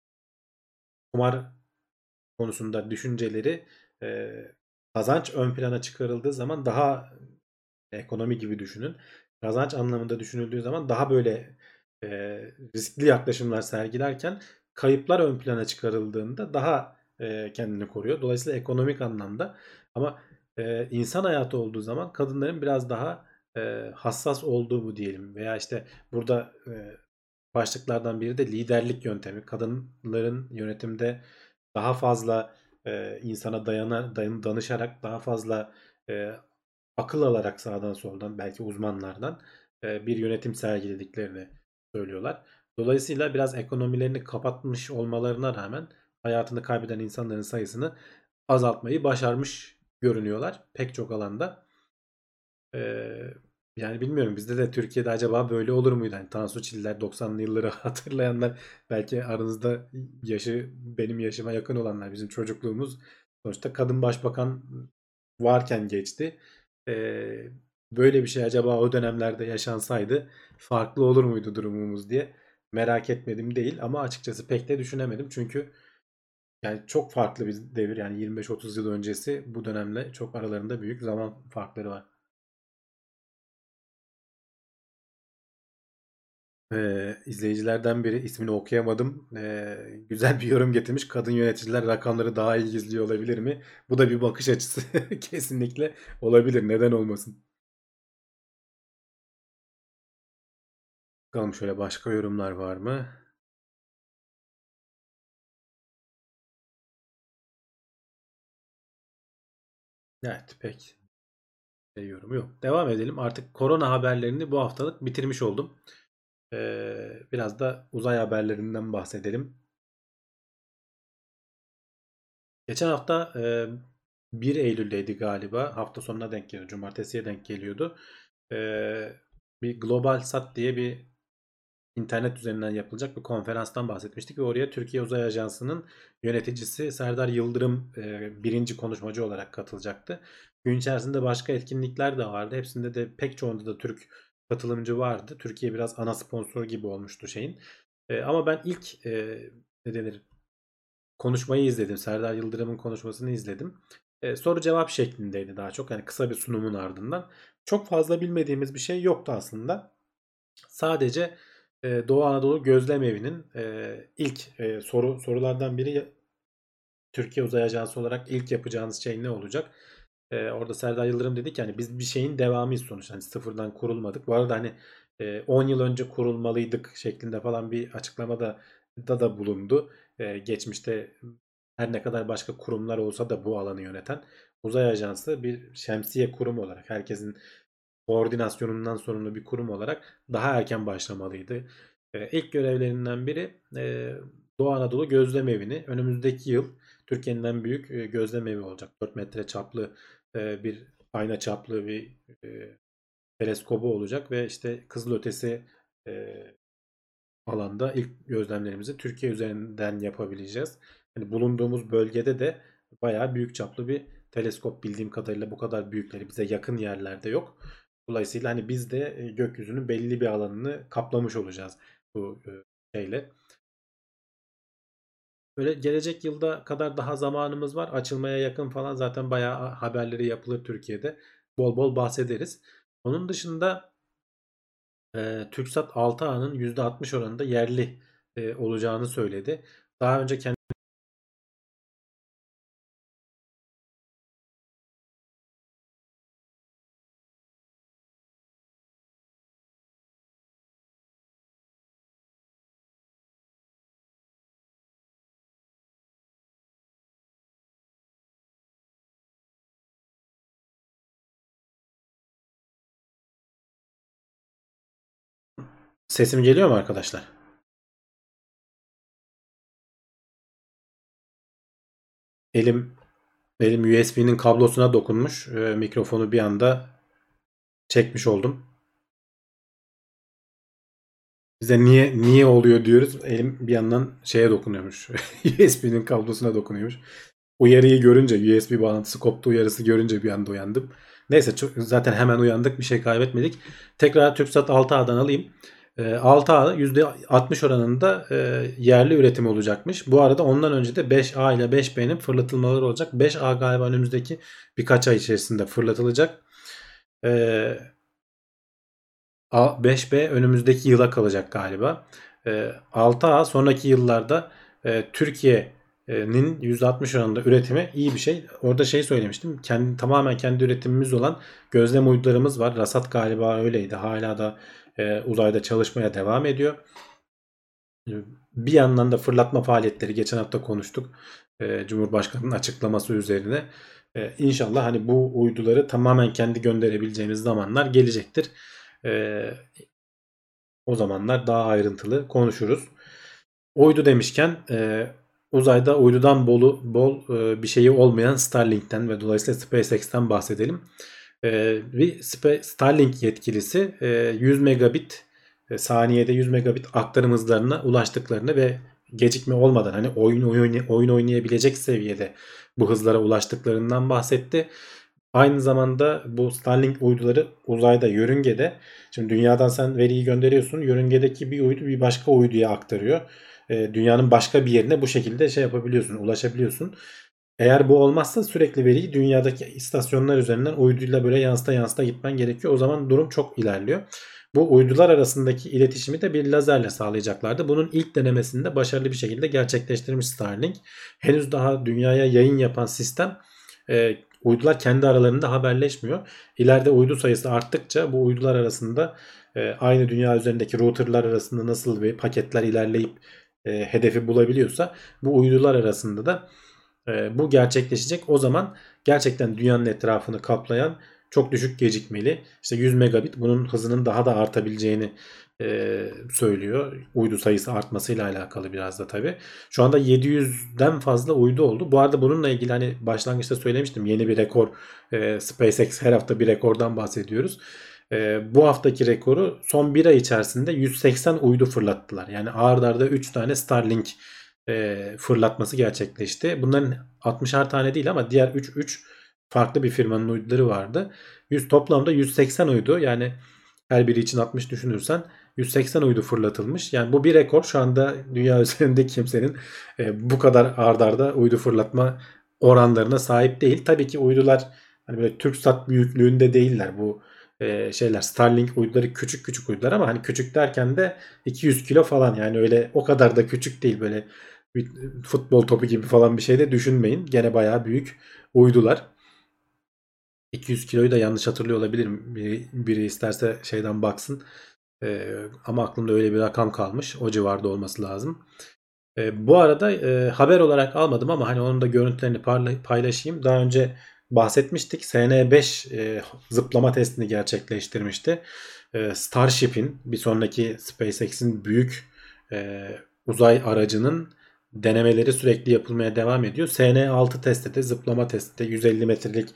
kumar konusunda düşünceleri e, kazanç ön plana çıkarıldığı zaman daha ekonomi gibi düşünün. Kazanç anlamında düşünüldüğü zaman daha böyle e, riskli yaklaşımlar sergilerken kayıplar ön plana çıkarıldığında daha e, kendini koruyor. Dolayısıyla ekonomik anlamda ama e, insan hayatı olduğu zaman kadınların biraz daha e, hassas olduğu bu diyelim. Veya işte burada e, başlıklardan biri de liderlik yöntemi. Kadınların yönetimde daha fazla e, insana dayana, dayan, danışarak daha fazla e, akıl alarak sağdan soldan belki uzmanlardan e, bir yönetim sergilediklerini söylüyorlar. Dolayısıyla biraz ekonomilerini kapatmış olmalarına rağmen hayatını kaybeden insanların sayısını azaltmayı başarmış görünüyorlar pek çok alanda. Ee, yani bilmiyorum bizde de Türkiye'de acaba böyle olur muydu? Hani Tansu Çiller doksanlı yılları hatırlayanlar belki aranızda yaşı benim yaşıma yakın olanlar bizim çocukluğumuz sonuçta kadın başbakan varken geçti. Ee, böyle bir şey acaba o dönemlerde yaşansaydı farklı olur muydu durumumuz diye merak etmedim değil ama açıkçası pek de düşünemedim çünkü yani çok farklı bir devir yani yirmi beş otuz yıl öncesi bu dönemle çok aralarında büyük zaman farkları var. Ee, izleyicilerden biri ismini okuyamadım. Ee, güzel bir yorum getirmiş. Kadın yöneticiler rakamları daha iyi gizliyor olabilir mi? Bu da bir bakış açısı. Kesinlikle olabilir. Neden olmasın? Bakalım şöyle başka yorumlar var mı? Evet, pek şey yorumu yok. Devam edelim. Artık korona haberlerini bu haftalık bitirmiş oldum. Ee, biraz da uzay haberlerinden bahsedelim. Geçen hafta e, bir Eylül'deydi galiba. Hafta sonuna denk geliyor. Cumartesiye denk geliyordu. Ee, bir Global diye bir internet üzerinden yapılacak bir konferanstan bahsetmiştik ve oraya Türkiye Uzay Ajansı'nın yöneticisi Serdar Yıldırım e, birinci konuşmacı olarak katılacaktı. Gün içerisinde başka etkinlikler de vardı. Hepsinde de pek çoğunda da Türk katılımcı vardı. Türkiye biraz ana sponsor gibi olmuştu şeyin. E, ama ben ilk e, ne denir konuşmayı izledim. Serdar Yıldırım'ın konuşmasını izledim. E, soru cevap şeklindeydi daha çok. Yani kısa bir sunumun ardından. Çok fazla bilmediğimiz bir şey yoktu aslında. Sadece e, Doğu Anadolu Gözlem Evi'nin e, ilk e, soru sorulardan biri Türkiye Uzay Ajansı olarak ilk yapacağınız şey ne olacak? E, orada Serdar Yıldırım dedi ki hani biz bir şeyin devamıyız sonuçta. Hani sıfırdan kurulmadık. Bu arada hani e, on yıl önce kurulmalıydık şeklinde falan bir açıklamada da da bulundu. E, geçmişte her ne kadar başka kurumlar olsa da bu alanı yöneten Uzay Ajansı bir şemsiye kurum olarak herkesin koordinasyonundan sorumlu bir kurum olarak daha erken başlamalıydı. E, ilk görevlerinden biri e, Doğu Anadolu Gözlem Evi'ni önümüzdeki yıl Türkiye'nin en büyük e, gözlem evi olacak. dört metre çaplı e, bir ayna çaplı bir e, teleskobu olacak ve işte kızılötesi e, alanda ilk gözlemlerimizi Türkiye üzerinden yapabileceğiz. Hani bulunduğumuz bölgede de bayağı büyük çaplı bir teleskop, bildiğim kadarıyla bu kadar büyükleri bize yakın yerlerde yok. Dolayısıyla hani biz de e, gökyüzünün belli bir alanını kaplamış olacağız bu e, şeyle. Böyle gelecek yılda kadar daha zamanımız var. Açılmaya yakın falan zaten bayağı haberleri yapılır Türkiye'de. Bol bol bahsederiz. Onun dışında e, TürkSat altı A'nın yüzde altmış oranında yerli e, olacağını söyledi. Daha önce kendi sesim geliyor mu arkadaşlar? Elim elim U S B'nin kablosuna dokunmuş. E, mikrofonu bir anda çekmiş oldum. Bize niye niye oluyor diyoruz. Elim bir yandan şeye dokunuyormuş. U S B'nin kablosuna dokunuyormuş. Uyarıyı görünce, U S B bağlantısı koptu uyarısı görünce bir anda uyandım. Neyse çok, zaten hemen uyandık, bir şey kaybetmedik. Tekrar TürkSat altı A'dan alayım. E, altı A yüzde altmış oranında e, yerli üretim olacakmış. Bu arada ondan önce de beş A ile beş B'nin fırlatılmaları olacak. beş A galiba önümüzdeki birkaç ay içerisinde fırlatılacak. E, beş B önümüzdeki yıla kalacak galiba. E, altı A sonraki yıllarda e, Türkiye'nin yüzde altmış oranında üretimi iyi bir şey. Orada şey söylemiştim. Kendi, tamamen kendi üretimimiz olan gözlem uydularımız var. Rasat galiba öyleydi. Hala da e, uzayda çalışmaya devam ediyor. Bir yandan da fırlatma faaliyetleri geçen hafta konuştuk. E, Cumhurbaşkanı'nın açıklaması üzerine. E, İnşallah hani bu uyduları tamamen kendi gönderebileceğimiz zamanlar gelecektir. E, O zamanlar daha ayrıntılı konuşuruz. Uydu demişken e, uzayda uydudan bolu, bol e, bir şeyi olmayan Starlink'ten ve dolayısıyla SpaceX'ten bahsedelim. E, bir Starlink yetkilisi e, yüz megabit e, saniyede yüz megabit aktarım hızlarına ulaştıklarını ve gecikme olmadan hani oyun oyun oyun oynayabilecek seviyede bu hızlara ulaştıklarından bahsetti. Aynı zamanda bu Starlink uyduları uzayda, yörüngede, şimdi dünyadan sen veriyi gönderiyorsun. Yörüngedeki bir uydu bir başka uyduya aktarıyor. E, dünyanın başka bir yerine bu şekilde şey yapabiliyorsun, ulaşabiliyorsun. Eğer bu olmazsa sürekli veriyi dünyadaki istasyonlar üzerinden uyduyla böyle yansıta yansıta gitmen gerekiyor. O zaman durum çok ilerliyor. Bu uydular arasındaki iletişimi de bir lazerle sağlayacaklardı. Bunun ilk denemesini de başarılı bir şekilde gerçekleştirmiş Starlink. Henüz daha dünyaya yayın yapan sistem e, uydular kendi aralarında haberleşmiyor. İleride uydu sayısı arttıkça bu uydular arasında e, aynı dünya üzerindeki routerlar arasında nasıl bir paketler ilerleyip e, hedefi bulabiliyorsa bu uydular arasında da e, bu gerçekleşecek. O zaman gerçekten dünyanın etrafını kaplayan çok düşük gecikmeli işte yüz megabit bunun hızının daha da artabileceğini e, söylüyor. Uydu sayısı artmasıyla alakalı biraz da tabii. Şu anda yedi yüzden fazla uydu oldu. Bu arada bununla ilgili hani başlangıçta söylemiştim yeni bir rekor. E, SpaceX her hafta bir rekordan bahsediyoruz. E, bu haftaki rekoru son bir ay içerisinde yüz seksen uydu fırlattılar. Yani ard arda üç tane Starlink e, fırlatması gerçekleşti. Bunların altmışar tane değil ama diğer üç üç farklı bir firmanın uyduları vardı. yüz toplamda yüz seksen uydu. Yani her biri için altmış düşünürsen yüz seksen uydu fırlatılmış. Yani bu bir rekor. Şu anda dünya üzerinde kimsenin e, bu kadar ard arda uydu fırlatma oranlarına sahip değil. Tabii ki uydular hani böyle TürkSat büyüklüğünde değiller bu e, şeyler. Starlink uyduları küçük küçük uydular ama hani küçük derken de iki yüz kilo falan, yani öyle o kadar da küçük değil, böyle bir futbol topu gibi falan bir şey de düşünmeyin. Gene bayağı büyük uydular. iki yüz kiloyu da yanlış hatırlıyor olabilirim. Biri, biri isterse şeyden baksın. Ee, ama aklımda öyle bir rakam kalmış. O civarda olması lazım. Ee, bu arada e, haber olarak almadım ama hani onun da görüntülerini paylaşayım. Daha önce bahsetmiştik. S N beş e, zıplama testini gerçekleştirmişti. E, Starship'in, bir sonraki SpaceX'in büyük e, uzay aracının denemeleri sürekli yapılmaya devam ediyor. S N altı testte de, zıplama testte yüz elli metrelik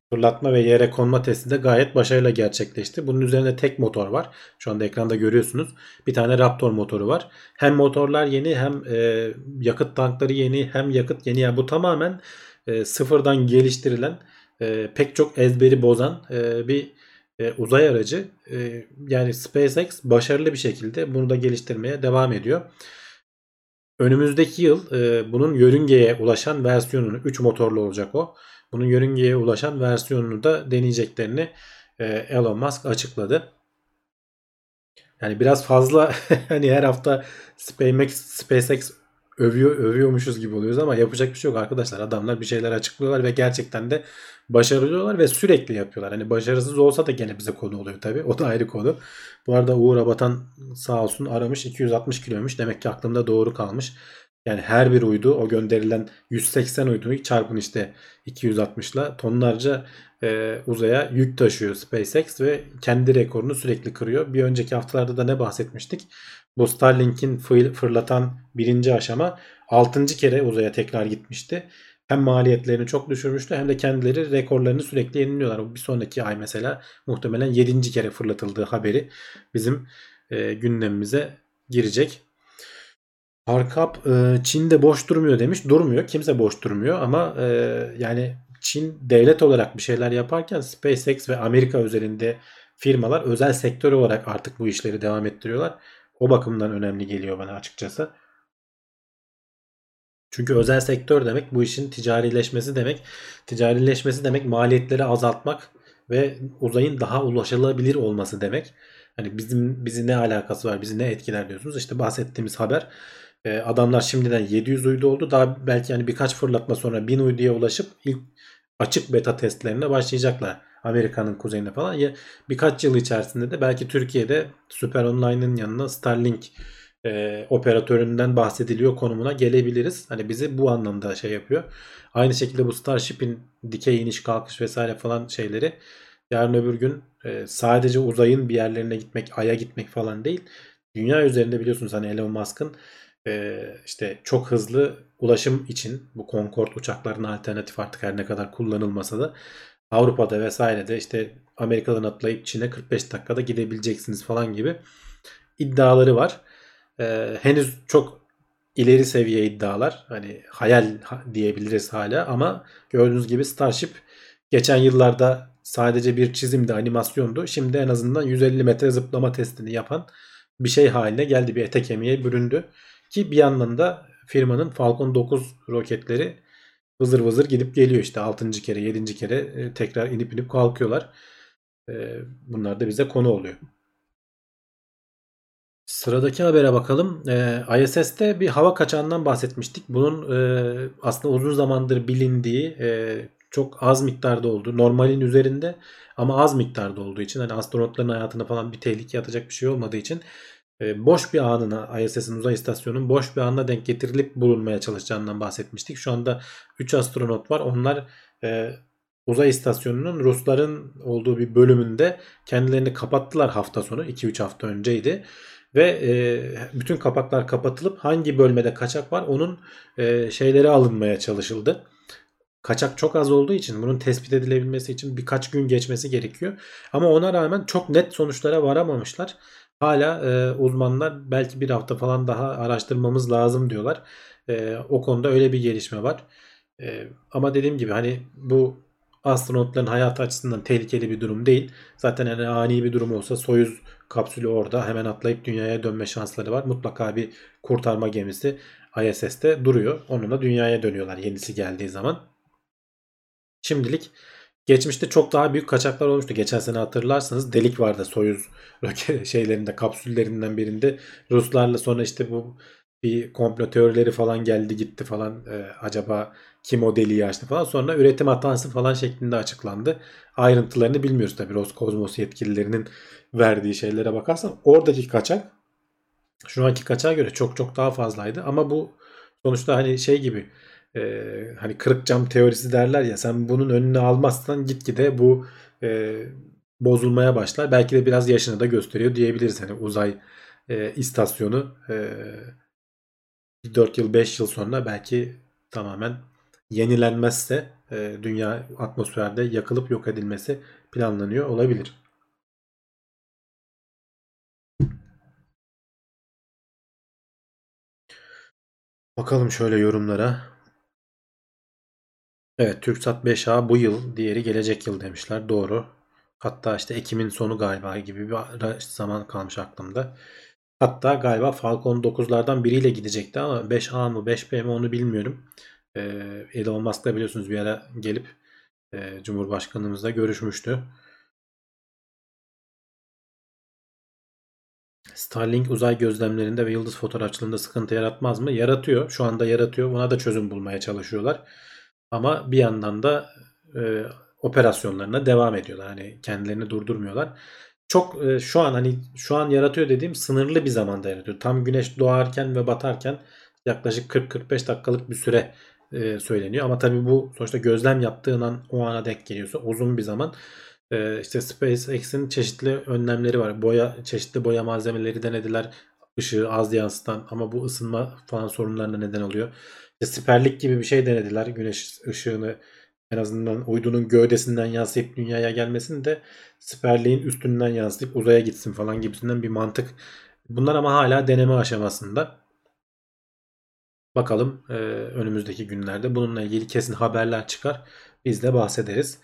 Fırlatma ve yere konma testi de gayet başarıyla gerçekleşti. Bunun üzerinde tek motor var. Şu anda ekranda görüyorsunuz. Bir tane Raptor motoru var. Hem motorlar yeni hem e, yakıt tankları yeni hem yakıt yeni. Yani bu tamamen e, sıfırdan geliştirilen e, pek çok ezberi bozan e, bir e, uzay aracı. E, yani SpaceX başarılı bir şekilde bunu da geliştirmeye devam ediyor. Önümüzdeki yıl e, bunun yörüngeye ulaşan versiyonunu, üç motorlu olacak o. Bunun yörüngeye ulaşan versiyonunu da deneyeceklerini e, Elon Musk açıkladı. Yani biraz fazla hani her hafta SpaceX, SpaceX övüyor, övüyormuşuz gibi oluyoruz ama yapacak bir şey yok arkadaşlar. Adamlar bir şeyler açıklıyorlar ve gerçekten de başarılıyorlar ve sürekli yapıyorlar. Hani başarısız olsa da gene bize konu oluyor tabii. O da ayrı konu. Bu arada Uğur Abatan sağ olsun aramış, iki yüz altmış kiloymuş. Demek ki aklımda doğru kalmış. Yani her bir uydu, o gönderilen yüz seksen uyduyu çarpın işte iki yüz altmışla tonlarca e, uzaya yük taşıyor SpaceX ve kendi rekorunu sürekli kırıyor. Bir önceki haftalarda da ne bahsetmiştik? Bu Starlink'in fırlatan birinci aşama altıncı kere uzaya tekrar gitmişti. Hem maliyetlerini çok düşürmüştü hem de kendileri rekorlarını sürekli yeniliyorlar. Bir sonraki ay mesela muhtemelen yedinci kere fırlatıldığı haberi bizim e, gündemimize girecek. Harkap e, Çin de boş durmuyor demiş. Durmuyor. Kimse boş durmuyor ama e, yani Çin devlet olarak bir şeyler yaparken SpaceX ve Amerika özelinde firmalar özel sektör olarak artık bu işleri devam ettiriyorlar. O bakımdan önemli geliyor bana açıkçası. Çünkü özel sektör demek bu işin ticarileşmesi demek. Ticarileşmesi demek maliyetleri azaltmak ve uzayın daha ulaşılabilir olması demek. Hani bizim bizi ne alakası var, bizi ne etkiler diyorsunuz. İşte bahsettiğimiz haber e, adamlar şimdiden yedi yüz uydu oldu. Daha belki yani birkaç fırlatma sonra bin uyduya ulaşıp ilk açık beta testlerine başlayacaklar. Amerika'nın kuzeyinde falan. Ya birkaç yıl içerisinde de belki Türkiye'de Süper Online'ın yanına Starlink e, operatöründen bahsediliyor konumuna gelebiliriz. Hani bizi bu anlamda şey yapıyor. Aynı şekilde bu Starship'in dikey iniş kalkış vesaire falan şeyleri yarın öbür gün e, sadece uzayın bir yerlerine gitmek, Ay'a gitmek falan değil. Dünya üzerinde biliyorsunuz hani Elon Musk'ın e, işte çok hızlı ulaşım için bu Concorde uçaklarına alternatif artık her ne kadar kullanılmasa da Avrupa'da vesairede işte Amerika'dan atlayıp Çin'e kırk beş dakikada gidebileceksiniz falan gibi iddiaları var. Ee, henüz çok ileri seviye iddialar. Hani hayal diyebiliriz hala ama gördüğünüz gibi Starship geçen yıllarda sadece bir çizimdi, animasyondu. Şimdi en azından yüz elli metre zıplama testini yapan bir şey haline geldi. Bir ete kemiğe büründü. Ki bir yandan da firmanın Falcon dokuz roketleri vızır vızır gidip geliyor işte altıncı kere yedinci kere e, tekrar inip inip kalkıyorlar. E, Bunlar da bize konu oluyor. Sıradaki habere bakalım. Ee, I S S'te bir hava kaçağından bahsetmiştik. Bunun e, aslında uzun zamandır bilindiği e, çok az miktarda olduğu, normalin üzerinde ama az miktarda olduğu için hani astronotların hayatına falan bir tehlike atacak bir şey olmadığı için e, boş bir anına I S S'in uzay istasyonunun boş bir anına denk getirilip bulunmaya çalışacağından bahsetmiştik. Şu anda üç astronot var. Onlar e, uzay istasyonunun Rusların olduğu bir bölümünde kendilerini kapattılar hafta sonu. iki üç hafta önceydi. Ve e, bütün kapaklar kapatılıp hangi bölmede kaçak var onun e, şeyleri alınmaya çalışıldı. Kaçak çok az olduğu için bunun tespit edilebilmesi için birkaç gün geçmesi gerekiyor. Ama ona rağmen çok net sonuçlara varamamışlar. Hala e, uzmanlar belki bir hafta falan daha araştırmamız lazım diyorlar. E, o konuda öyle bir gelişme var. E, ama dediğim gibi hani bu astronotların hayatı açısından tehlikeli bir durum değil. Zaten yani ani bir durum olsa Soyuz kapsülü orada hemen atlayıp dünyaya dönme şansları var. Mutlaka bir kurtarma gemisi I S S'te duruyor. Onunla dünyaya dönüyorlar yenisi geldiği zaman. Şimdilik geçmişte çok daha büyük kaçaklar olmuştu. Geçen sene hatırlarsanız delik vardı Soyuz roket şeylerinde kapsüllerinden birinde. Ruslarla sonra işte bu bir komplo teorileri falan geldi gitti falan. Ee, acaba kim o deliği açtı falan. Sonra üretim hatası falan şeklinde açıklandı. Ayrıntılarını bilmiyoruz tabii Roskosmos yetkililerinin verdiği şeylere bakarsan. Oradaki kaçak şu anki kaçağa göre çok çok daha fazlaydı. Ama bu sonuçta hani şey gibi e, hani kırık cam teorisi derler ya sen bunun önüne almazsan gitgide bu e, bozulmaya başlar. Belki de biraz yaşını da gösteriyor diyebiliriz. Hani uzay e, istasyonu e, dört yıl beş yıl sonra belki tamamen yenilenmezse e, dünya atmosferde yakılıp yok edilmesi planlanıyor olabilir. Bakalım şöyle yorumlara. Evet, TürkSat beş A bu yıl, diğeri gelecek yıl demişler. Doğru. Hatta işte Ekim'in sonu galiba gibi bir zaman kalmış aklımda. Hatta galiba Falcon dokuzlardan biriyle gidecekti ama beş A mı beş B mi onu bilmiyorum. Ee, Elon Musk'la biliyorsunuz bir ara gelip e, Cumhurbaşkanımızla görüşmüştü. Starlink uzay gözlemlerinde ve yıldız fotoğrafçılığında sıkıntı yaratmaz mı? Yaratıyor. Şu anda yaratıyor. Buna da çözüm bulmaya çalışıyorlar. Ama bir yandan da e, operasyonlarına devam ediyorlar. Hani kendilerini durdurmuyorlar. Çok e, şu an hani şu an yaratıyor dediğim sınırlı bir zamanda yaratıyor. Tam güneş doğarken ve batarken yaklaşık kırk kırk beş dakikalık bir süre e, söyleniyor. Ama tabii bu sonuçta gözlem yaptığın an o ana denk geliyorsa uzun bir zaman. E, işte SpaceX'in çeşitli önlemleri var. Boya çeşitli boya malzemeleri denediler. Işığı az yansıtan ama bu ısınma falan sorunlarına neden oluyor. İşte siperlik gibi bir şey denediler. Güneş ışığını en azından uydunun gövdesinden yansıyıp dünyaya gelmesin de siperliğin üstünden yansıyıp uzaya gitsin falan gibisinden bir mantık. Bunlar ama hala deneme aşamasında. Bakalım e, önümüzdeki günlerde bununla ilgili kesin haberler çıkar. Biz de bahsederiz.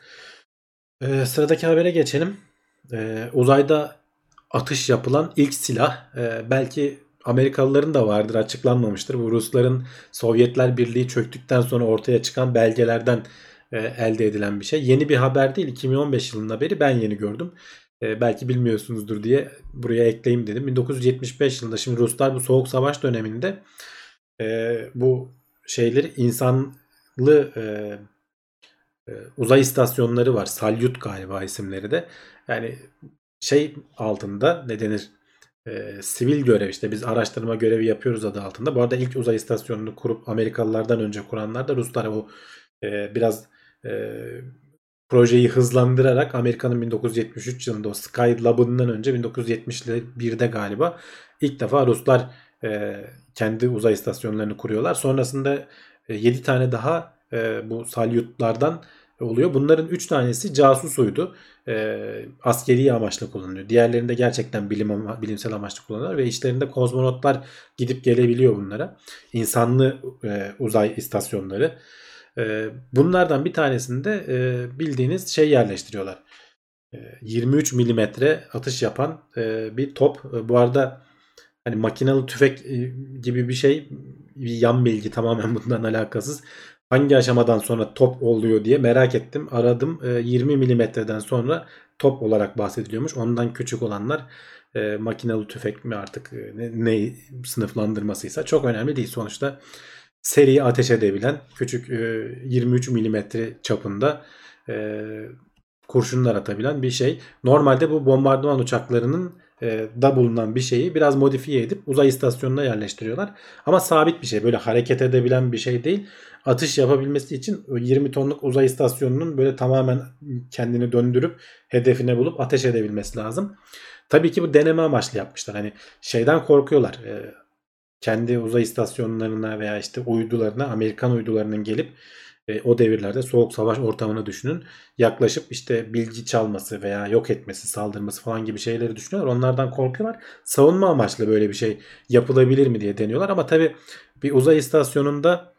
E, sıradaki habere geçelim. E, uzayda atış yapılan ilk silah e, belki Amerikalıların da vardır, açıklanmamıştır. Bu Rusların Sovyetler Birliği çöktükten sonra ortaya çıkan belgelerden e, elde edilen bir şey. Yeni bir haber değil. iki bin on beş yılının haberi, ben yeni gördüm. E, belki bilmiyorsunuzdur diye buraya ekleyeyim dedim. bin dokuz yüz yetmiş beş yılında, şimdi Ruslar bu Soğuk Savaş döneminde e, bu şeyleri insanlı e, e, uzay istasyonları var. Salyut galiba isimleri de. Yani şey altında ne denir? E, sivil görev, işte biz araştırma görevi yapıyoruz adı altında. Bu arada ilk uzay istasyonunu kurup Amerikalılardan önce kuranlar da Ruslar. O e, biraz e, projeyi hızlandırarak Amerika'nın bin dokuz yüz yetmiş üç yılında o Skylab'ından önce bin dokuz yüz yetmiş birde galiba ilk defa Ruslar e, kendi uzay istasyonlarını kuruyorlar. Sonrasında e, yedi tane daha e, bu salyutlardan oluyor. Bunların üç tanesi casus uydu. E, askeri amaçla kullanılıyor. Diğerlerinde gerçekten bilim ama, bilimsel amaçla kullanılıyor ve içlerinde kozmonotlar gidip gelebiliyor bunlara. İnsanlı e, uzay istasyonları. E, bunlardan bir tanesinde e, bildiğiniz şey yerleştiriyorlar. E, yirmi üç milimetre atış yapan e, bir top. E, bu arada hani makinalı tüfek e, gibi bir şey, bir yan bilgi tamamen bundan alakasız. Hangi aşamadan sonra top oluyor diye merak ettim. Aradım. E, yirmi milimetreden sonra top olarak bahsediliyormuş. Ondan küçük olanlar e, makinalı tüfek mi artık e, ne, ne sınıflandırmasıysa çok önemli değil. Sonuçta seri ateş edebilen küçük e, yirmi üç milimetre çapında e, kurşunlar atabilen bir şey. Normalde bu bombardıman uçaklarının e, da bulunan bir şeyi biraz modifiye edip uzay istasyonuna yerleştiriyorlar. Ama sabit bir şey, böyle hareket edebilen bir şey değil. Atış yapabilmesi için yirmi tonluk uzay istasyonunun böyle tamamen kendini döndürüp hedefine bulup ateş edebilmesi lazım. Tabii ki bu deneme amaçlı yapmışlar. Hani şeyden korkuyorlar. E, kendi uzay istasyonlarına veya işte uydularına, Amerikan uydularının gelip e, o devirlerde soğuk savaş ortamını düşünün. Yaklaşıp işte bilgi çalması veya yok etmesi, saldırması falan gibi şeyleri düşünüyorlar. Onlardan korkuyorlar. Savunma amaçlı böyle bir şey yapılabilir mi diye deniyorlar. Ama tabii bir uzay istasyonunda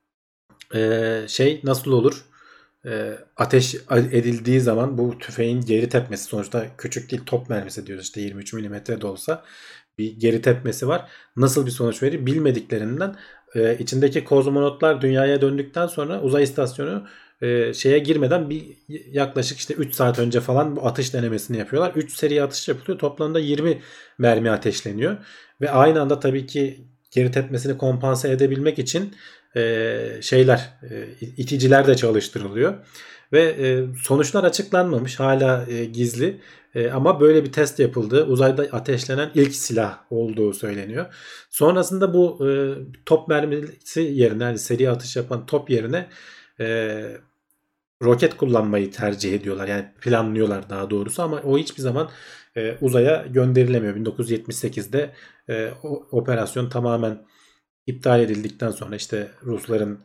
e, şey nasıl olur? E, ateş edildiği zaman bu tüfeğin geri tepmesi, sonuçta küçük değil, top mermisi diyoruz, işte yirmi üç milimetre de olsa bir geri tepmesi var. Nasıl bir sonuç verir bilmediklerinden e, içindeki kozmonotlar dünyaya döndükten sonra uzay istasyonu e, şeye girmeden bir yaklaşık işte üç saat önce falan bu atış denemesini yapıyorlar. üç seri atış yapılıyor. Toplamda yirmi mermi ateşleniyor. Ve aynı anda tabii ki geri tepmesini kompanse edebilmek için e, şeyler e, iticiler de çalıştırılıyor. Ve e, sonuçlar açıklanmamış. Hala e, gizli. E, ama böyle bir test yapıldı. Uzayda ateşlenen ilk silah olduğu söyleniyor. Sonrasında bu e, top mermisi yerine, yani seri atış yapan top yerine e, roket kullanmayı tercih ediyorlar. Yani planlıyorlar daha doğrusu, ama o hiçbir zaman e, uzaya gönderilemiyor. bin dokuz yüz yetmiş sekizde e, o, operasyon tamamen iptal edildikten sonra işte Rusların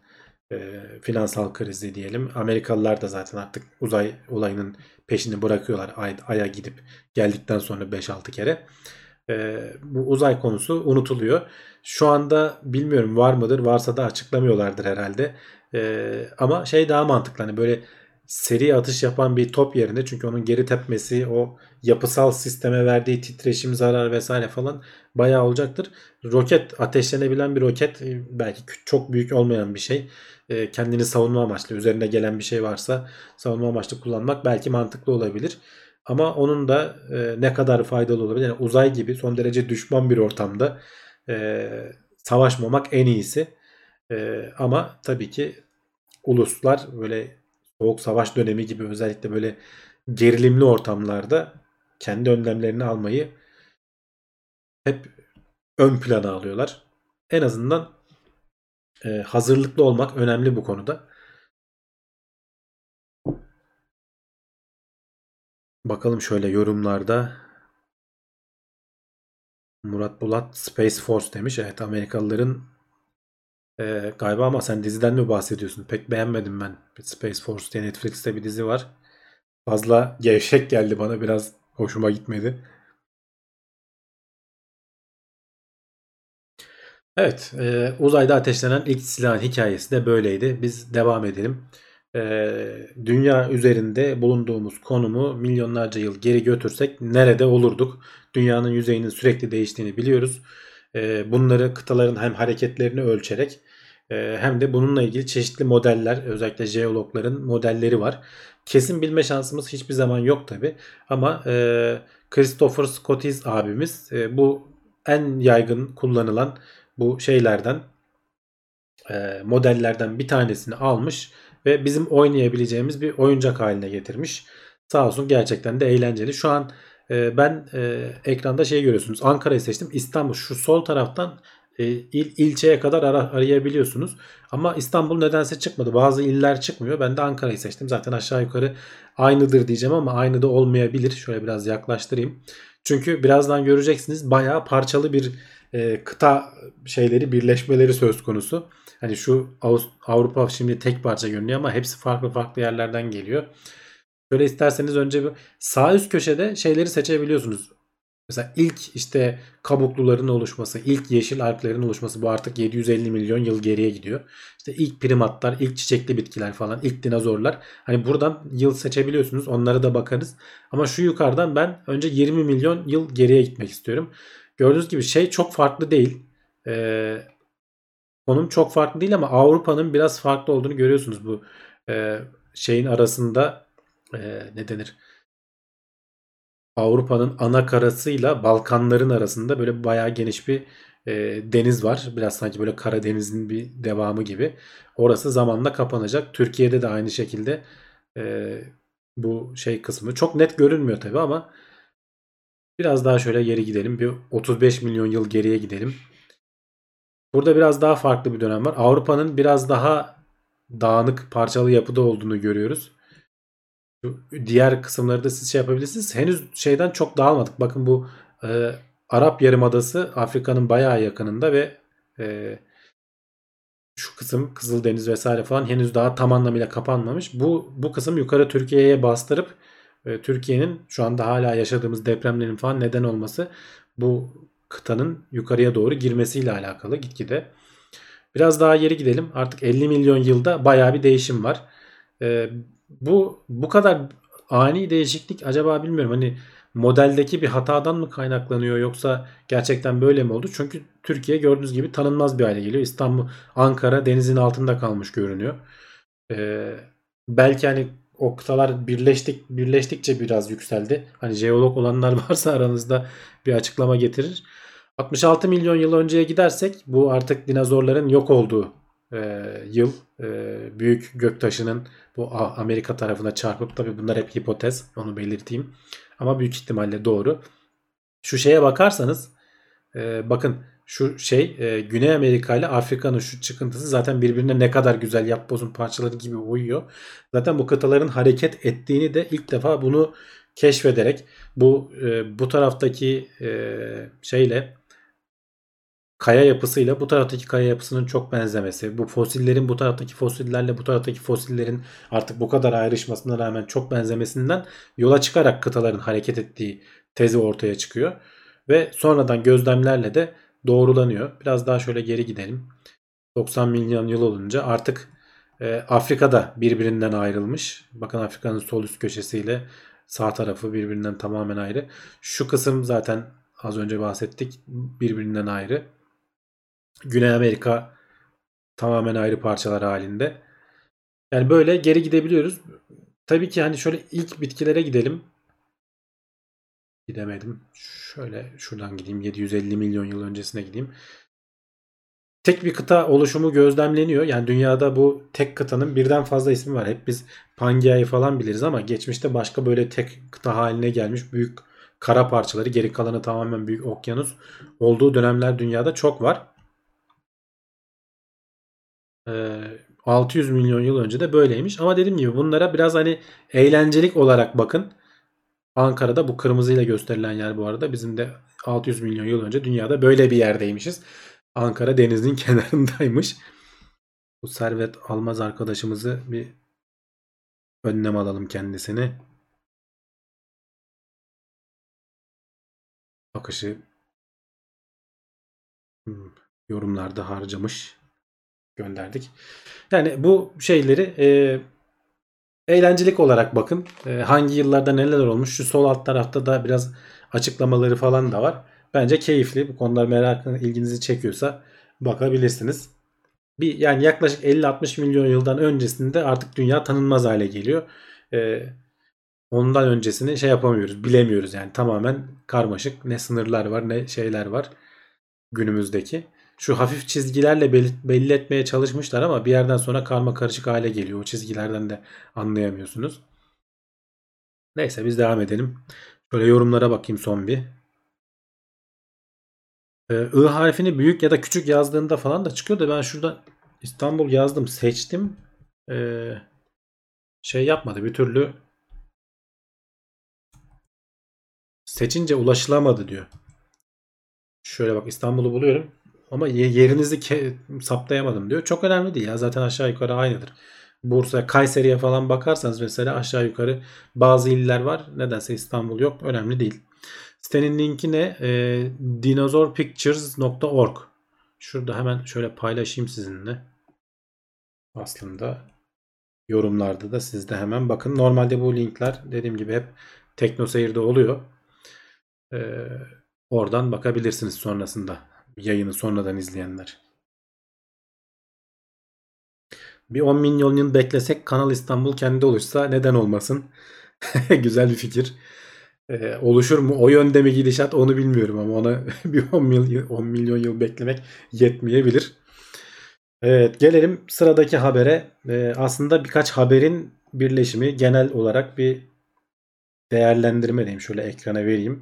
e, finansal krizi diyelim. Amerikalılar da zaten artık uzay olayının peşini bırakıyorlar. Ay, Ay'a gidip geldikten sonra beş altı kere. E, bu uzay konusu unutuluyor. Şu anda bilmiyorum var mıdır? Varsa da açıklamıyorlardır herhalde. E, ama şey daha mantıklı. Hani böyle seri atış yapan bir top yerine, çünkü onun geri tepmesi, o yapısal sisteme verdiği titreşim, zarar vesaire falan bayağı olacaktır. Roket, ateşlenebilen bir roket, e, belki çok büyük olmayan bir şey. E, kendini savunma amaçlı, üzerine gelen bir şey varsa savunma amaçlı kullanmak belki mantıklı olabilir. Ama onun da e, ne kadar faydalı olabilir? Yani uzay gibi son derece düşman bir ortamda e, savaşmamak en iyisi. E, ama tabii ki uluslar böyle Soğuk Savaş dönemi gibi, özellikle böyle gerilimli ortamlarda kendi önlemlerini almayı hep ön plana alıyorlar. En azından e, hazırlıklı olmak önemli bu konuda. Bakalım şöyle yorumlarda. Murat Bulat Space Force demiş. Evet, Amerikalıların e, galiba, ama sen diziden mi bahsediyorsun? Pek beğenmedim ben. Space Force diye Netflix'te bir dizi var. Fazla gevşek geldi bana. Biraz hoşuma gitmedi. Evet, e, uzayda ateşlenen ilk silahın hikayesi de böyleydi. Biz devam edelim. E, dünya üzerinde bulunduğumuz konumu milyonlarca yıl geri götürsek nerede olurduk? Dünyanın yüzeyinin sürekli değiştiğini biliyoruz. E, bunları kıtaların hem hareketlerini ölçerek e, hem de bununla ilgili çeşitli modeller, özellikle jeologların modelleri var. Kesin bilme şansımız hiçbir zaman yok tabi. Ama e, Christopher Scottis abimiz e, bu en yaygın kullanılan bu şeylerden, e, modellerden bir tanesini almış ve bizim oynayabileceğimiz bir oyuncak haline getirmiş. Sağ olsun, gerçekten de eğlenceli. Şu an e, ben e, ekranda şey görüyorsunuz. Ankara'yı seçtim. İstanbul şu sol taraftan e, il, ilçeye kadar ara, arayabiliyorsunuz. Ama İstanbul nedense çıkmadı. Bazı iller çıkmıyor. Ben de Ankara'yı seçtim. Zaten aşağı yukarı aynıdır diyeceğim ama aynı da olmayabilir. Şöyle biraz yaklaştırayım. Çünkü birazdan göreceksiniz, bayağı parçalı bir e, kıta şeyleri, birleşmeleri söz konusu. Hani şu Avrupa şimdi tek parça görünüyor ama hepsi farklı farklı yerlerden geliyor. Şöyle isterseniz önce bir sağ üst köşede şeyleri seçebiliyorsunuz. Mesela ilk işte kabukluların oluşması, ilk yeşil alglerin oluşması, bu artık yedi yüz elli milyon yıl geriye gidiyor. İşte ilk primatlar, ilk çiçekli bitkiler falan, ilk dinozorlar. Hani buradan yıl seçebiliyorsunuz. Onlara da bakarız. Ama şu yukarıdan ben önce yirmi milyon yıl geriye gitmek istiyorum. Gördüğünüz gibi şey çok farklı değil. Ee, konum çok farklı değil ama Avrupa'nın biraz farklı olduğunu görüyorsunuz bu e, şeyin arasında, e, ne denir? Avrupa'nın ana karasıyla Balkanların arasında böyle bayağı geniş bir e, deniz var. Biraz sanki böyle Karadeniz'in bir devamı gibi. Orası zamanla kapanacak. Türkiye'de de aynı şekilde e, bu şey kısmı çok net görünmüyor tabii ama biraz daha şöyle geri gidelim. Bir otuz beş milyon yıl geriye gidelim. Burada biraz daha farklı bir dönem var. Avrupa'nın biraz daha dağınık, parçalı yapıda olduğunu görüyoruz. Şu diğer kısımları da siz şey yapabilirsiniz. Henüz şeyden çok dağılmadık. Bakın bu e, Arap Yarımadası Afrika'nın bayağı yakınında ve e, şu kısım Kızıldeniz vesaire falan henüz daha tam anlamıyla kapanmamış. Bu bu kısım yukarı Türkiye'ye bastırıp e, Türkiye'nin şu anda hala yaşadığımız depremlerin falan neden olması, bu kıtanın yukarıya doğru girmesiyle alakalı gitgide. Biraz daha geri gidelim. Artık elli milyon yılda bayağı bir değişim var. Ee, bu bu kadar ani değişiklik acaba bilmiyorum. Hani modeldeki bir hatadan mı kaynaklanıyor yoksa gerçekten böyle mi oldu? Çünkü Türkiye gördüğünüz gibi tanınmaz bir hale geliyor. İstanbul, Ankara denizin altında kalmış görünüyor. Ee, belki hani o kıtalar birleştik birleştikçe biraz yükseldi. Hani jeolog olanlar varsa aranızda bir açıklama getirir. altmış altı milyon yıl önceye gidersek bu artık dinozorların yok olduğu e, yıl. E, büyük göktaşının bu Amerika tarafına çarpıp, tabi bunlar hep hipotez, onu belirteyim. Ama büyük ihtimalle doğru. Şu şeye bakarsanız e, bakın şu şey e, Güney Amerika ile Afrika'nın şu çıkıntısı zaten birbirine ne kadar güzel yapbozun parçaları gibi uyuyor. Zaten bu kıtaların hareket ettiğini de ilk defa bunu keşfederek bu e, bu taraftaki e, şeyle kaya yapısıyla bu taraftaki kaya yapısının çok benzemesi, bu fosillerin bu taraftaki fosillerle bu taraftaki fosillerin artık bu kadar ayrışmasına rağmen çok benzemesinden yola çıkarak kıtaların hareket ettiği tezi ortaya çıkıyor. Ve sonradan gözlemlerle de doğrulanıyor. Biraz daha şöyle geri gidelim. doksan milyon yıl olunca artık e, Afrika'da birbirinden ayrılmış. Bakın Afrika'nın sol üst köşesiyle sağ tarafı birbirinden tamamen ayrı. Şu kısım zaten az önce bahsettik, birbirinden ayrı. Güney Amerika tamamen ayrı parçalar halinde. Yani böyle geri gidebiliyoruz. Tabii ki hani şöyle ilk bitkilere gidelim. Gidemedim. Şöyle şuradan gideyim. yedi yüz elli milyon yıl öncesine gideyim. Tek bir kıta oluşumu gözlemleniyor. Yani dünyada bu tek kıtanın birden fazla ismi var. Hep biz Pangea'yı falan biliriz ama geçmişte başka böyle tek kıta haline gelmiş büyük kara parçaları, geri kalanı tamamen büyük okyanus olduğu dönemler dünyada çok var. Ee, altı yüz milyon yıl önce de böyleymiş. Ama dediğim gibi bunlara biraz hani eğlencelik olarak bakın. Ankara'da bu kırmızıyla gösterilen yer bu arada. Bizim de altı yüz milyon yıl önce dünyada böyle bir yerdeymişiz. Ankara denizin kenarındaymış. Bu Servet Almaz arkadaşımızı bir önlem alalım kendisini. Bakışı hmm, yorumlarda harcamış. Gönderdik. Yani bu şeyleri e, eğlencelik olarak bakın. E, hangi yıllarda neler olmuş. Şu sol alt tarafta da biraz açıklamaları falan da var. Bence keyifli. Bu konular merakını, ilginizi çekiyorsa bakabilirsiniz. Bir yani yaklaşık elli altmış milyon yıldan öncesinde artık dünya tanınmaz hale geliyor. E, ondan öncesini şey yapamıyoruz, bilemiyoruz yani. Tamamen karmaşık. Ne sınırlar var, ne şeyler var günümüzdeki. Şu hafif çizgilerle belli, belli etmeye çalışmışlar ama bir yerden sonra karma karışık hale geliyor. O çizgilerden de anlayamıyorsunuz. Neyse biz devam edelim. Şöyle yorumlara bakayım son bir. Ee, I harfini büyük ya da küçük yazdığında falan da çıkıyor da ben şurada İstanbul yazdım, seçtim. Ee, şey yapmadı bir türlü, seçince ulaşılamadı diyor. Şöyle bak, İstanbul'u buluyorum ama yerinizi ke- saptayamadım diyor. Çok önemli değil ya, zaten aşağı yukarı aynıdır. Bursa, Kayseri'ye falan bakarsanız mesela aşağı yukarı bazı iller var. Nedense İstanbul yok. Önemli değil. Sitenin linki ne? E, dinosaurpictures nokta org. Şurada hemen şöyle paylaşayım sizinle. Aslında yorumlarda da siz de hemen bakın. Normalde bu linkler dediğim gibi hep TeknoSeyir'de oluyor. Ee, oradan bakabilirsiniz sonrasında. Yayını sonradan izleyenler. Bir on milyon yıl beklesek Kanal İstanbul kendi oluşsa neden olmasın? Güzel bir fikir. Ee, oluşur mu? O yönde mi gidişat onu bilmiyorum ama ona bir on milyon, on milyon yıl beklemek yetmeyebilir. Evet, gelelim sıradaki habere. Ee, aslında birkaç haberin birleşimi, genel olarak bir değerlendirme diyeyim. Şöyle ekrana vereyim.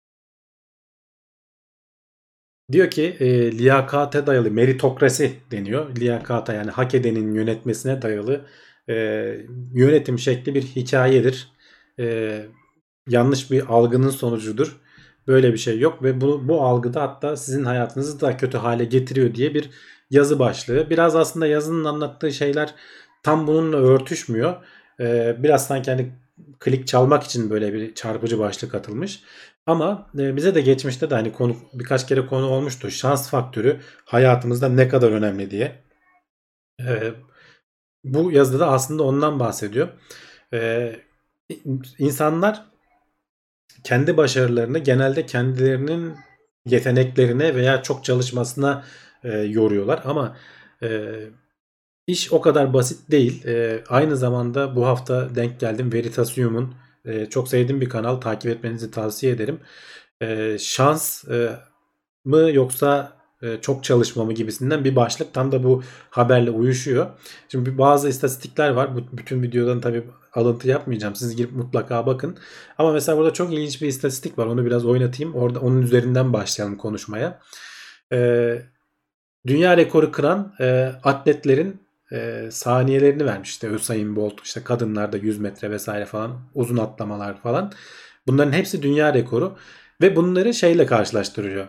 Diyor ki e, liyakate dayalı meritokrasi deniyor. Liyakata yani hak edenin yönetmesine dayalı e, yönetim şekli bir hikayedir. E, yanlış bir algının sonucudur. Böyle bir şey yok ve bu, bu algıda hatta sizin hayatınızı daha kötü hale getiriyor diye bir yazı başlığı. Biraz aslında yazının anlattığı şeyler tam bununla örtüşmüyor. E, biraz sanki hani klik çalmak için böyle bir çarpıcı başlık atılmış. Ama e, bize de geçmişte de hani konu birkaç kere konu olmuştu. Şans faktörü hayatımızda ne kadar önemli diye. E, bu yazıda da aslında ondan bahsediyor. E, insanlar kendi başarılarını genelde kendilerinin yeteneklerine veya çok çalışmasına e, yoruyorlar. Ama e, iş o kadar basit değil. E, aynı zamanda bu hafta denk geldim. Veritasium'un e, çok sevdiğim bir kanal. Takip etmenizi tavsiye ederim. E, şans e, mı yoksa e, çok çalışma mı gibisinden bir başlık tam da bu haberle uyuşuyor. Şimdi bazı istatistikler var. Bu, bütün videodan tabii alıntı yapmayacağım. Siz girip mutlaka bakın. Ama mesela burada çok ilginç bir istatistik var. Onu biraz oynatayım. Orada onun üzerinden başlayalım konuşmaya. E, dünya rekoru kıran e, atletlerin e, saniyelerini vermiş. İşte Usain Bolt, işte kadınlarda yüz metre vesaire falan, uzun atlamalar falan. Bunların hepsi dünya rekoru ve bunları şeyle karşılaştırıyor.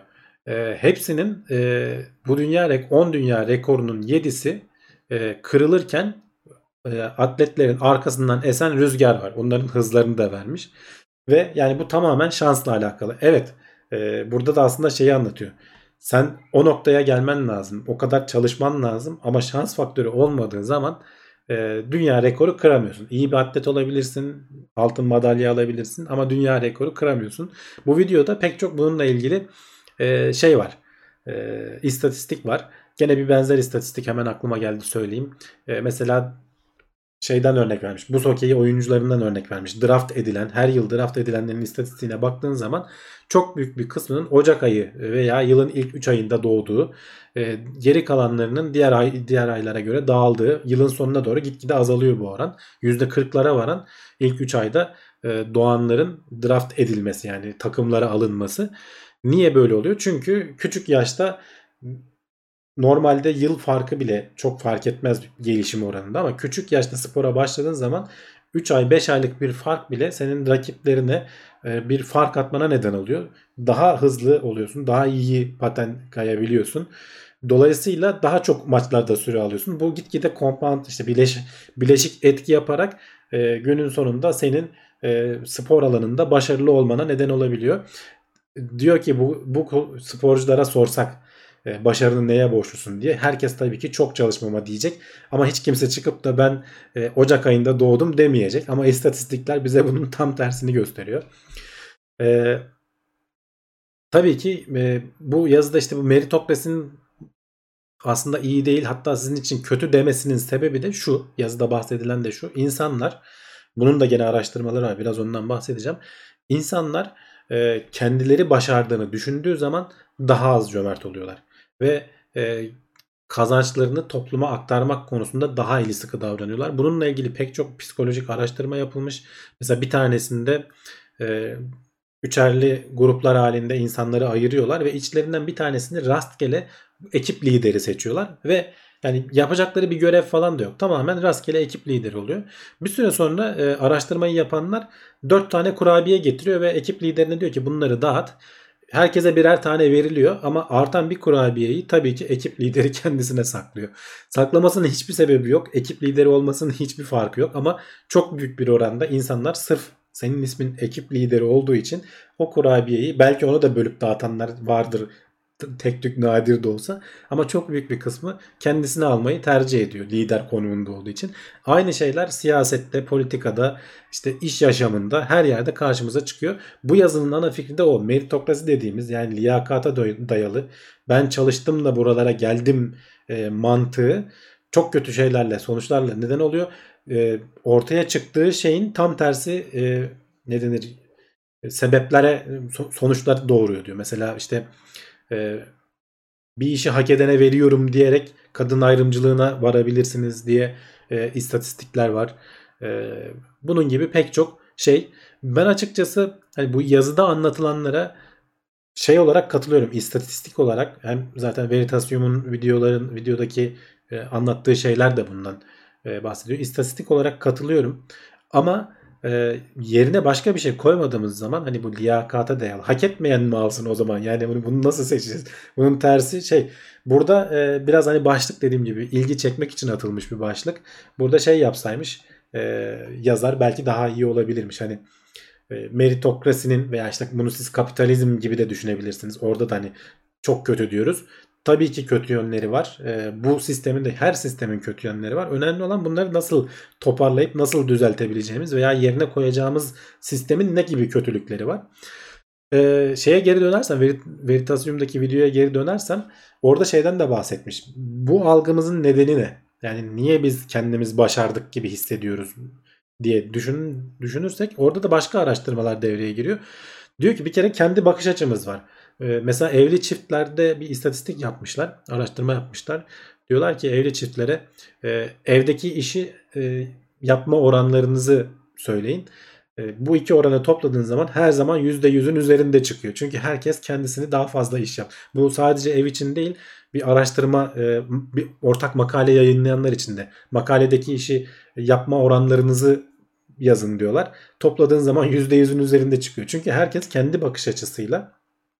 E, hepsinin e, bu dünya rek on dünya rekorunun yedisi e, kırılırken e, atletlerin arkasından esen rüzgar var. Onların hızlarını da vermiş. Ve yani bu tamamen şansla alakalı. Evet, e, burada da aslında şeyi anlatıyor. Sen o noktaya gelmen lazım. O kadar çalışman lazım. Ama şans faktörü olmadığı zaman e, dünya rekoru kıramıyorsun. İyi bir atlet olabilirsin. Altın madalya alabilirsin. Ama dünya rekoru kıramıyorsun. Bu videoda pek çok bununla ilgili e, şey var. E, istatistik var. Gene bir benzer istatistik hemen aklıma geldi söyleyeyim. E, mesela şeyden örnek vermiş. Buz hokeyi oyuncularından örnek vermiş. Draft edilen, her yıl draft edilenlerin istatistiğine baktığın zaman çok büyük bir kısmının Ocak ayı veya yılın ilk üç ayında doğduğu, e, geri kalanlarının diğer ay diğer aylara göre dağıldığı, yılın sonuna doğru gitgide azalıyor bu oran. yüzde kırklara varan ilk üç ayda e, doğanların draft edilmesi, yani takımlara alınması. Niye böyle oluyor? Çünkü küçük yaşta normalde yıl farkı bile çok fark etmez gelişim oranında, ama küçük yaşta spora başladığın zaman üç ay beş aylık bir fark bile senin rakiplerine e, bir fark atmana neden oluyor. Daha hızlı oluyorsun. Daha iyi paten kayabiliyorsun. Dolayısıyla daha çok maçlarda süre alıyorsun. Bu gitgide compound, işte bileş, bileşik etki yaparak e, günün sonunda senin e, spor alanında başarılı olmana neden olabiliyor. Diyor ki bu, bu sporculara sorsak e, başarının neye borçlusun diye, herkes tabii ki çok çalışmama diyecek. Ama hiç kimse çıkıp da ben e, Ocak ayında doğdum demeyecek. Ama istatistikler bize bunun tam tersini gösteriyor. E, tabii ki e, bu yazıda işte bu meritokrasinin aslında iyi değil, hatta sizin için kötü demesinin sebebi de şu. Yazıda bahsedilen de şu: insanlar, bunun da gene araştırmaları var, biraz ondan bahsedeceğim. İnsanlar e, kendileri başardığını düşündüğü zaman daha az cömert oluyorlar ve e, kazançlarını topluma aktarmak konusunda daha eli sıkı davranıyorlar. Bununla ilgili pek çok psikolojik araştırma yapılmış. Mesela bir tanesinde e, üçerli gruplar halinde insanları ayırıyorlar ve içlerinden bir tanesini rastgele ekip lideri seçiyorlar ve yani yapacakları bir görev falan da yok. Tamamen rastgele ekip lideri oluyor. Bir süre sonra e, araştırmayı yapanlar dört tane kurabiye getiriyor ve ekip liderine diyor ki bunları dağıt. Herkese birer tane veriliyor ama artan bir kurabiyeyi tabii ki ekip lideri kendisine saklıyor. Saklamasının hiçbir sebebi yok. Ekip lideri olmasının hiçbir farkı yok ama çok büyük bir oranda insanlar sırf senin ismin ekip lideri olduğu için o kurabiyeyi, belki onu da bölüp dağıtanlar vardır, tek tük nadir de olsa, ama çok büyük bir kısmı kendisine almayı tercih ediyor lider konumunda olduğu için. Aynı şeyler siyasette, politikada, işte iş yaşamında, her yerde karşımıza çıkıyor. Bu yazının ana fikri de o. Meritokrasi dediğimiz, yani liyakata dayalı, ben çalıştım da buralara geldim e, mantığı çok kötü şeylerle, sonuçlarla neden oluyor. E, ortaya çıktığı şeyin tam tersi e, ne denir? Sebeplere, sonuçlar doğuruyor diyor. Mesela işte e, bir işi hak edene veriyorum diyerek kadın ayrımcılığına varabilirsiniz diye e, istatistikler var. E, bunun gibi pek çok şey. Ben açıkçası hani bu yazıda anlatılanlara şey olarak katılıyorum. İstatistik olarak, hem zaten Veritasium'un videoların videodaki e, anlattığı şeyler de bundan e, bahsediyor. İstatistik olarak katılıyorum. Ama e, yerine başka bir şey koymadığımız zaman, hani bu liyakata dayalı. Hak etmeyen mi alsın o zaman? Yani bunu, bunu nasıl seçeceğiz? Bunun tersi şey. Burada e, biraz hani başlık, dediğim gibi ilgi çekmek için atılmış bir başlık. Burada şey yapsaymış e, yazar, belki daha iyi olabilirmiş. Hani e, meritokrasinin veya işte bunu siz kapitalizm gibi de düşünebilirsiniz. Orada da hani çok kötü diyoruz. Tabii ki kötü yönleri var. E, bu sistemin de, her sistemin kötü yönleri var. Önemli olan bunları nasıl toparlayıp nasıl düzeltebileceğimiz veya yerine koyacağımız sistemin ne gibi kötülükleri var. E, şeye geri dönersem, Verit Veritasium'daki videoya geri dönersem, orada şeyden de bahsetmiş. Bu algımızın nedeni ne? Yani niye biz kendimiz başardık gibi hissediyoruz diye düşün, düşünürsek, orada da başka araştırmalar devreye giriyor. Diyor ki bir kere kendi bakış açımız var. Ee, mesela evli çiftlerde bir istatistik yapmışlar. Araştırma yapmışlar. Diyorlar ki evli çiftlere e, evdeki işi e, yapma oranlarınızı söyleyin. E, bu iki oranı topladığın zaman her zaman yüzde yüzün üzerinde çıkıyor. Çünkü herkes kendisini daha fazla iş yap. Bu sadece ev için değil, bir araştırma, e, bir ortak makale yayınlayanlar için de makaledeki işi yapma oranlarınızı yazın diyorlar. Topladığın zaman yüzde yüzün üzerinde çıkıyor. Çünkü herkes kendi bakış açısıyla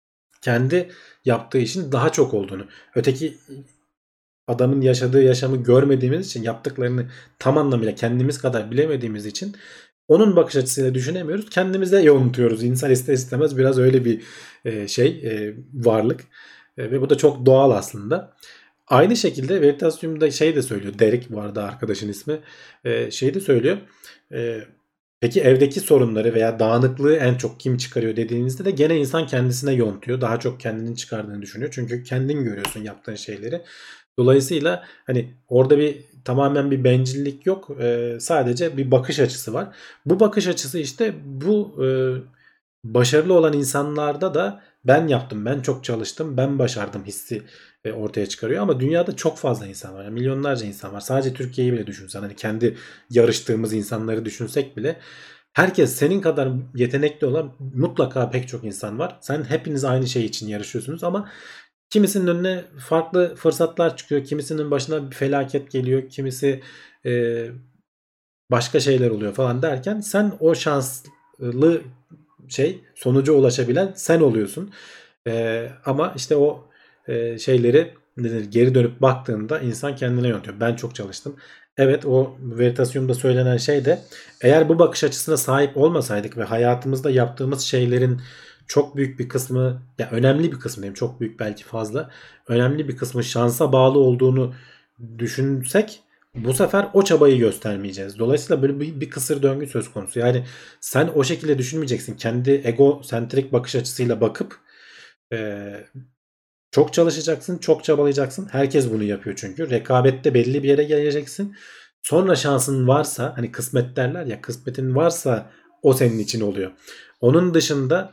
kendi yaptığı işin daha çok olduğunu. Öteki adamın yaşadığı yaşamı görmediğimiz için, yaptıklarını tam anlamıyla kendimiz kadar bilemediğimiz için onun bakış açısıyla düşünemiyoruz. Kendimize yoğuntuyoruz. İnsan ister istemez biraz öyle bir e, şey e, varlık. E, ve bu da çok doğal aslında. Aynı şekilde Veritasium'da şey de söylüyor. Derek bu arada arkadaşın ismi. E, şey de söylüyor. E, peki evdeki sorunları veya dağınıklığı en çok kim çıkarıyor dediğinizde de gene insan kendisine yontuyor. Daha çok kendinin çıkardığını düşünüyor. Çünkü kendin görüyorsun yaptığın şeyleri. Dolayısıyla hani orada bir tamamen bir bencillik yok. Ee, sadece bir bakış açısı var. Bu bakış açısı işte bu e, başarılı olan insanlarda da ben yaptım, ben çok çalıştım, ben başardım hissi e, ortaya çıkarıyor. Ama dünyada çok fazla insan var. Yani milyonlarca insan var. Sadece Türkiye'yi bile düşünsen, hani kendi yarıştığımız insanları düşünsek bile herkes senin kadar yetenekli olan mutlaka pek çok insan var. Sen hepiniz aynı şey için yarışıyorsunuz ama kimisinin önüne farklı fırsatlar çıkıyor. Kimisinin başına bir felaket geliyor. Kimisi e, başka şeyler oluyor falan derken sen o şanslı şey sonuca ulaşabilen sen oluyorsun. E, ama işte o e, şeyleri nedir, geri dönüp baktığında insan kendine yönetiyor. Ben çok çalıştım. Evet, o Veritasium'da söylenen şey de eğer bu bakış açısına sahip olmasaydık ve hayatımızda yaptığımız şeylerin çok büyük bir kısmı, ya önemli bir kısmı diyeyim, çok büyük belki fazla, önemli bir kısmı şansa bağlı olduğunu düşünsek bu sefer o çabayı göstermeyeceğiz. Dolayısıyla böyle bir, bir kısır döngü söz konusu. Yani sen o şekilde düşünmeyeceksin. Kendi egosentrik bakış açısıyla bakıp e, çok çalışacaksın, çok çabalayacaksın. Herkes bunu yapıyor çünkü. Rekabette belli bir yere geleceksin. Sonra şansın varsa, hani kısmet derler ya, kısmetin varsa o senin için oluyor. Onun dışında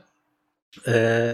e,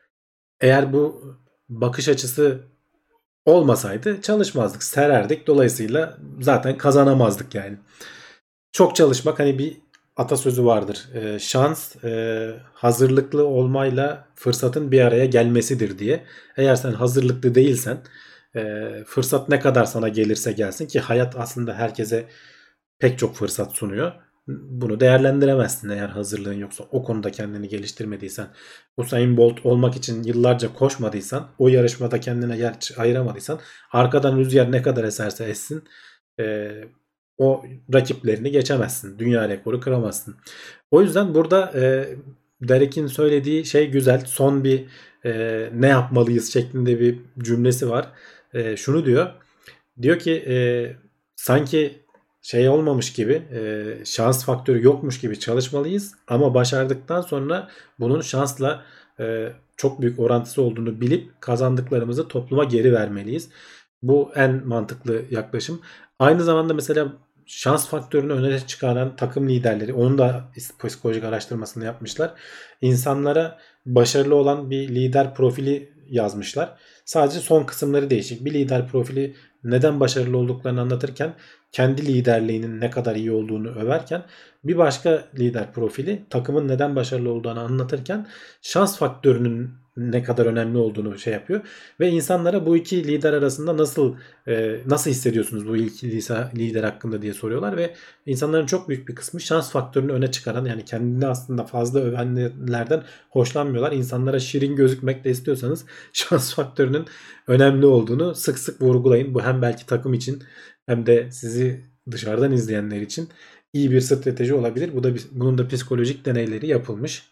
eğer bu bakış açısı olmasaydı çalışmazdık, sererdik. Dolayısıyla zaten kazanamazdık yani. Çok çalışmak, hani bir atasözü vardır. Ee, şans e, hazırlıklı olmayla fırsatın bir araya gelmesidir diye. Eğer sen hazırlıklı değilsen e, fırsat ne kadar sana gelirse gelsin, ki hayat aslında herkese pek çok fırsat sunuyor. Bunu değerlendiremezsin eğer hazırlığın yoksa. O konuda kendini geliştirmediysen, Usain Bolt olmak için yıllarca koşmadıysan, o yarışmada kendine yer ayıramadıysan, arkadan rüzgar ne kadar eserse essin e, o rakiplerini geçemezsin. Dünya rekoru kıramazsın. O yüzden burada e, Derek'in söylediği şey güzel. Son bir e, ne yapmalıyız şeklinde bir cümlesi var. E, şunu diyor. Diyor ki e, sanki şey olmamış gibi, e, şans faktörü yokmuş gibi çalışmalıyız ama başardıktan sonra bunun şansla e, çok büyük orantısı olduğunu bilip kazandıklarımızı topluma geri vermeliyiz. Bu en mantıklı yaklaşım. Aynı zamanda mesela şans faktörünü öne çıkaran takım liderleri, onun da psikolojik araştırmasını yapmışlar. İnsanlara başarılı olan bir lider profili yazmışlar. Sadece son kısımları değişik. Bir lider profili neden başarılı olduklarını anlatırken kendi liderliğinin ne kadar iyi olduğunu överken, bir başka lider profili takımın neden başarılı olduğunu anlatırken şans faktörünün ne kadar önemli olduğunu şey yapıyor ve insanlara bu iki lider arasında nasıl e, nasıl hissediyorsunuz bu ilk lider hakkında diye soruyorlar ve insanların çok büyük bir kısmı şans faktörünü öne çıkaran, yani kendini aslında fazla övenlerden hoşlanmıyorlar. İnsanlara şirin gözükmek de istiyorsanız şans faktörünün önemli olduğunu sık sık vurgulayın. Bu hem belki takım için hem de sizi dışarıdan izleyenler için iyi bir strateji olabilir. Bu da bunun da psikolojik deneyleri yapılmış.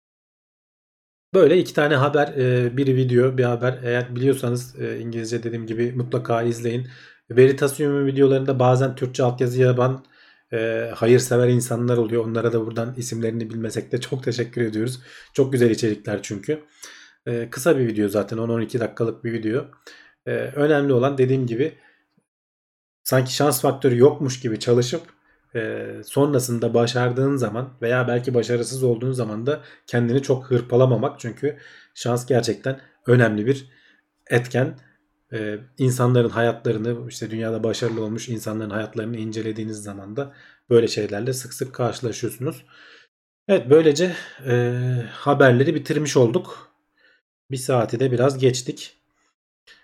Böyle iki tane haber, e, bir video, bir haber. Eğer biliyorsanız e, İngilizce dediğim gibi mutlaka izleyin. Veritasium'un videolarında bazen Türkçe altyazı yapan e, hayırsever insanlar oluyor. Onlara da buradan isimlerini bilmesek de çok teşekkür ediyoruz. Çok güzel içerikler çünkü. E, kısa bir video zaten, on on iki dakikalık bir video. E, önemli olan dediğim gibi sanki şans faktörü yokmuş gibi çalışıp e, sonrasında başardığın zaman veya belki başarısız olduğun zaman da kendini çok hırpalamamak. Çünkü şans gerçekten önemli bir etken. E, insanların hayatlarını, işte dünyada başarılı olmuş insanların hayatlarını incelediğiniz zaman da böyle şeylerle sık sık karşılaşıyorsunuz. Evet, böylece e, haberleri bitirmiş olduk. Bir saati de biraz geçtik.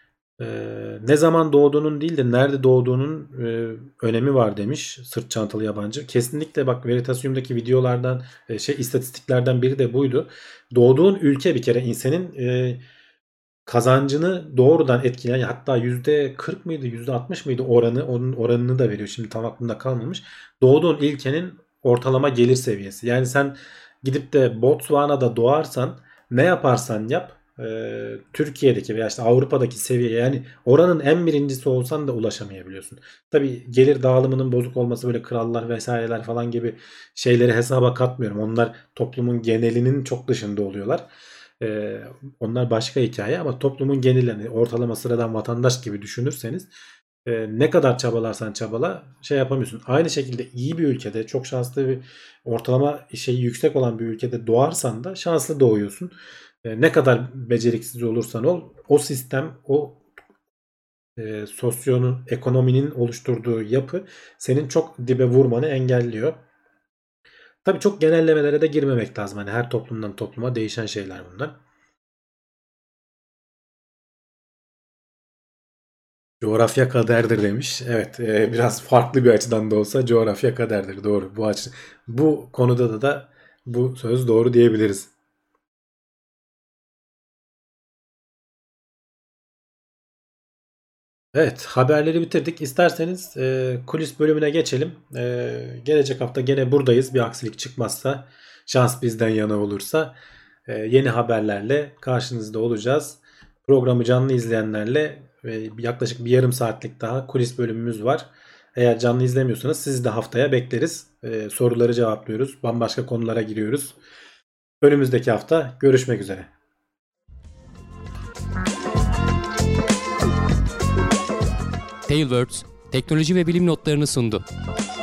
e, ne zaman doğduğunun değil de nerede doğduğunun e, önemi var demiş sırt çantalı yabancı. Kesinlikle bak, Veritasium'daki videolardan e, şey istatistiklerden biri de buydu. Doğduğun ülke bir kere insanın e, kazancını doğrudan etkileyen, hatta yüzde kırk mıydı yüzde altmış mıydı oranı, onun oranını da veriyor. Şimdi tam aklımda kalmamış. Doğduğun ülkenin ortalama gelir seviyesi. Yani sen gidip de Botswana'da doğarsan, ne yaparsan yap e, Türkiye'deki veya işte Avrupa'daki seviyeye, yani oranın en birincisi olsan da ulaşamayabiliyorsun. Tabii gelir dağılımının bozuk olması, böyle krallar vesaireler falan gibi şeyleri hesaba katmıyorum. Onlar toplumun genelinin çok dışında oluyorlar. Ee, onlar başka hikaye, ama toplumun genelini ortalama sıradan vatandaş gibi düşünürseniz e, ne kadar çabalarsan çabala şey yapamıyorsun. Aynı şekilde iyi bir ülkede, çok şanslı bir ortalama şeyi yüksek olan bir ülkede doğarsan da şanslı doğuyorsun. E, ne kadar beceriksiz olursan ol, o sistem, o e, sosyonun, ekonominin oluşturduğu yapı senin çok dibe vurmanı engelliyor. Tabii çok genellemelere de girmemek lazım. Hani her toplumdan topluma değişen şeyler bunlar. Coğrafya kaderdir demiş. Evet, e, biraz farklı bir açıdan da olsa coğrafya kaderdir. Doğru. Bu açı, bu konuda da da bu söz doğru diyebiliriz. Evet, haberleri bitirdik. İsterseniz e, kulis bölümüne geçelim. E, gelecek hafta gene buradayız. Bir aksilik çıkmazsa, şans bizden yana olursa e, yeni haberlerle karşınızda olacağız. Programı canlı izleyenlerle e, yaklaşık bir yarım saatlik daha kulis bölümümüz var. Eğer canlı izlemiyorsanız sizi de haftaya bekleriz. E, soruları cevaplıyoruz. Bambaşka konulara giriyoruz. Önümüzdeki hafta görüşmek üzere. Tailwords, teknoloji ve bilim notlarını sundu.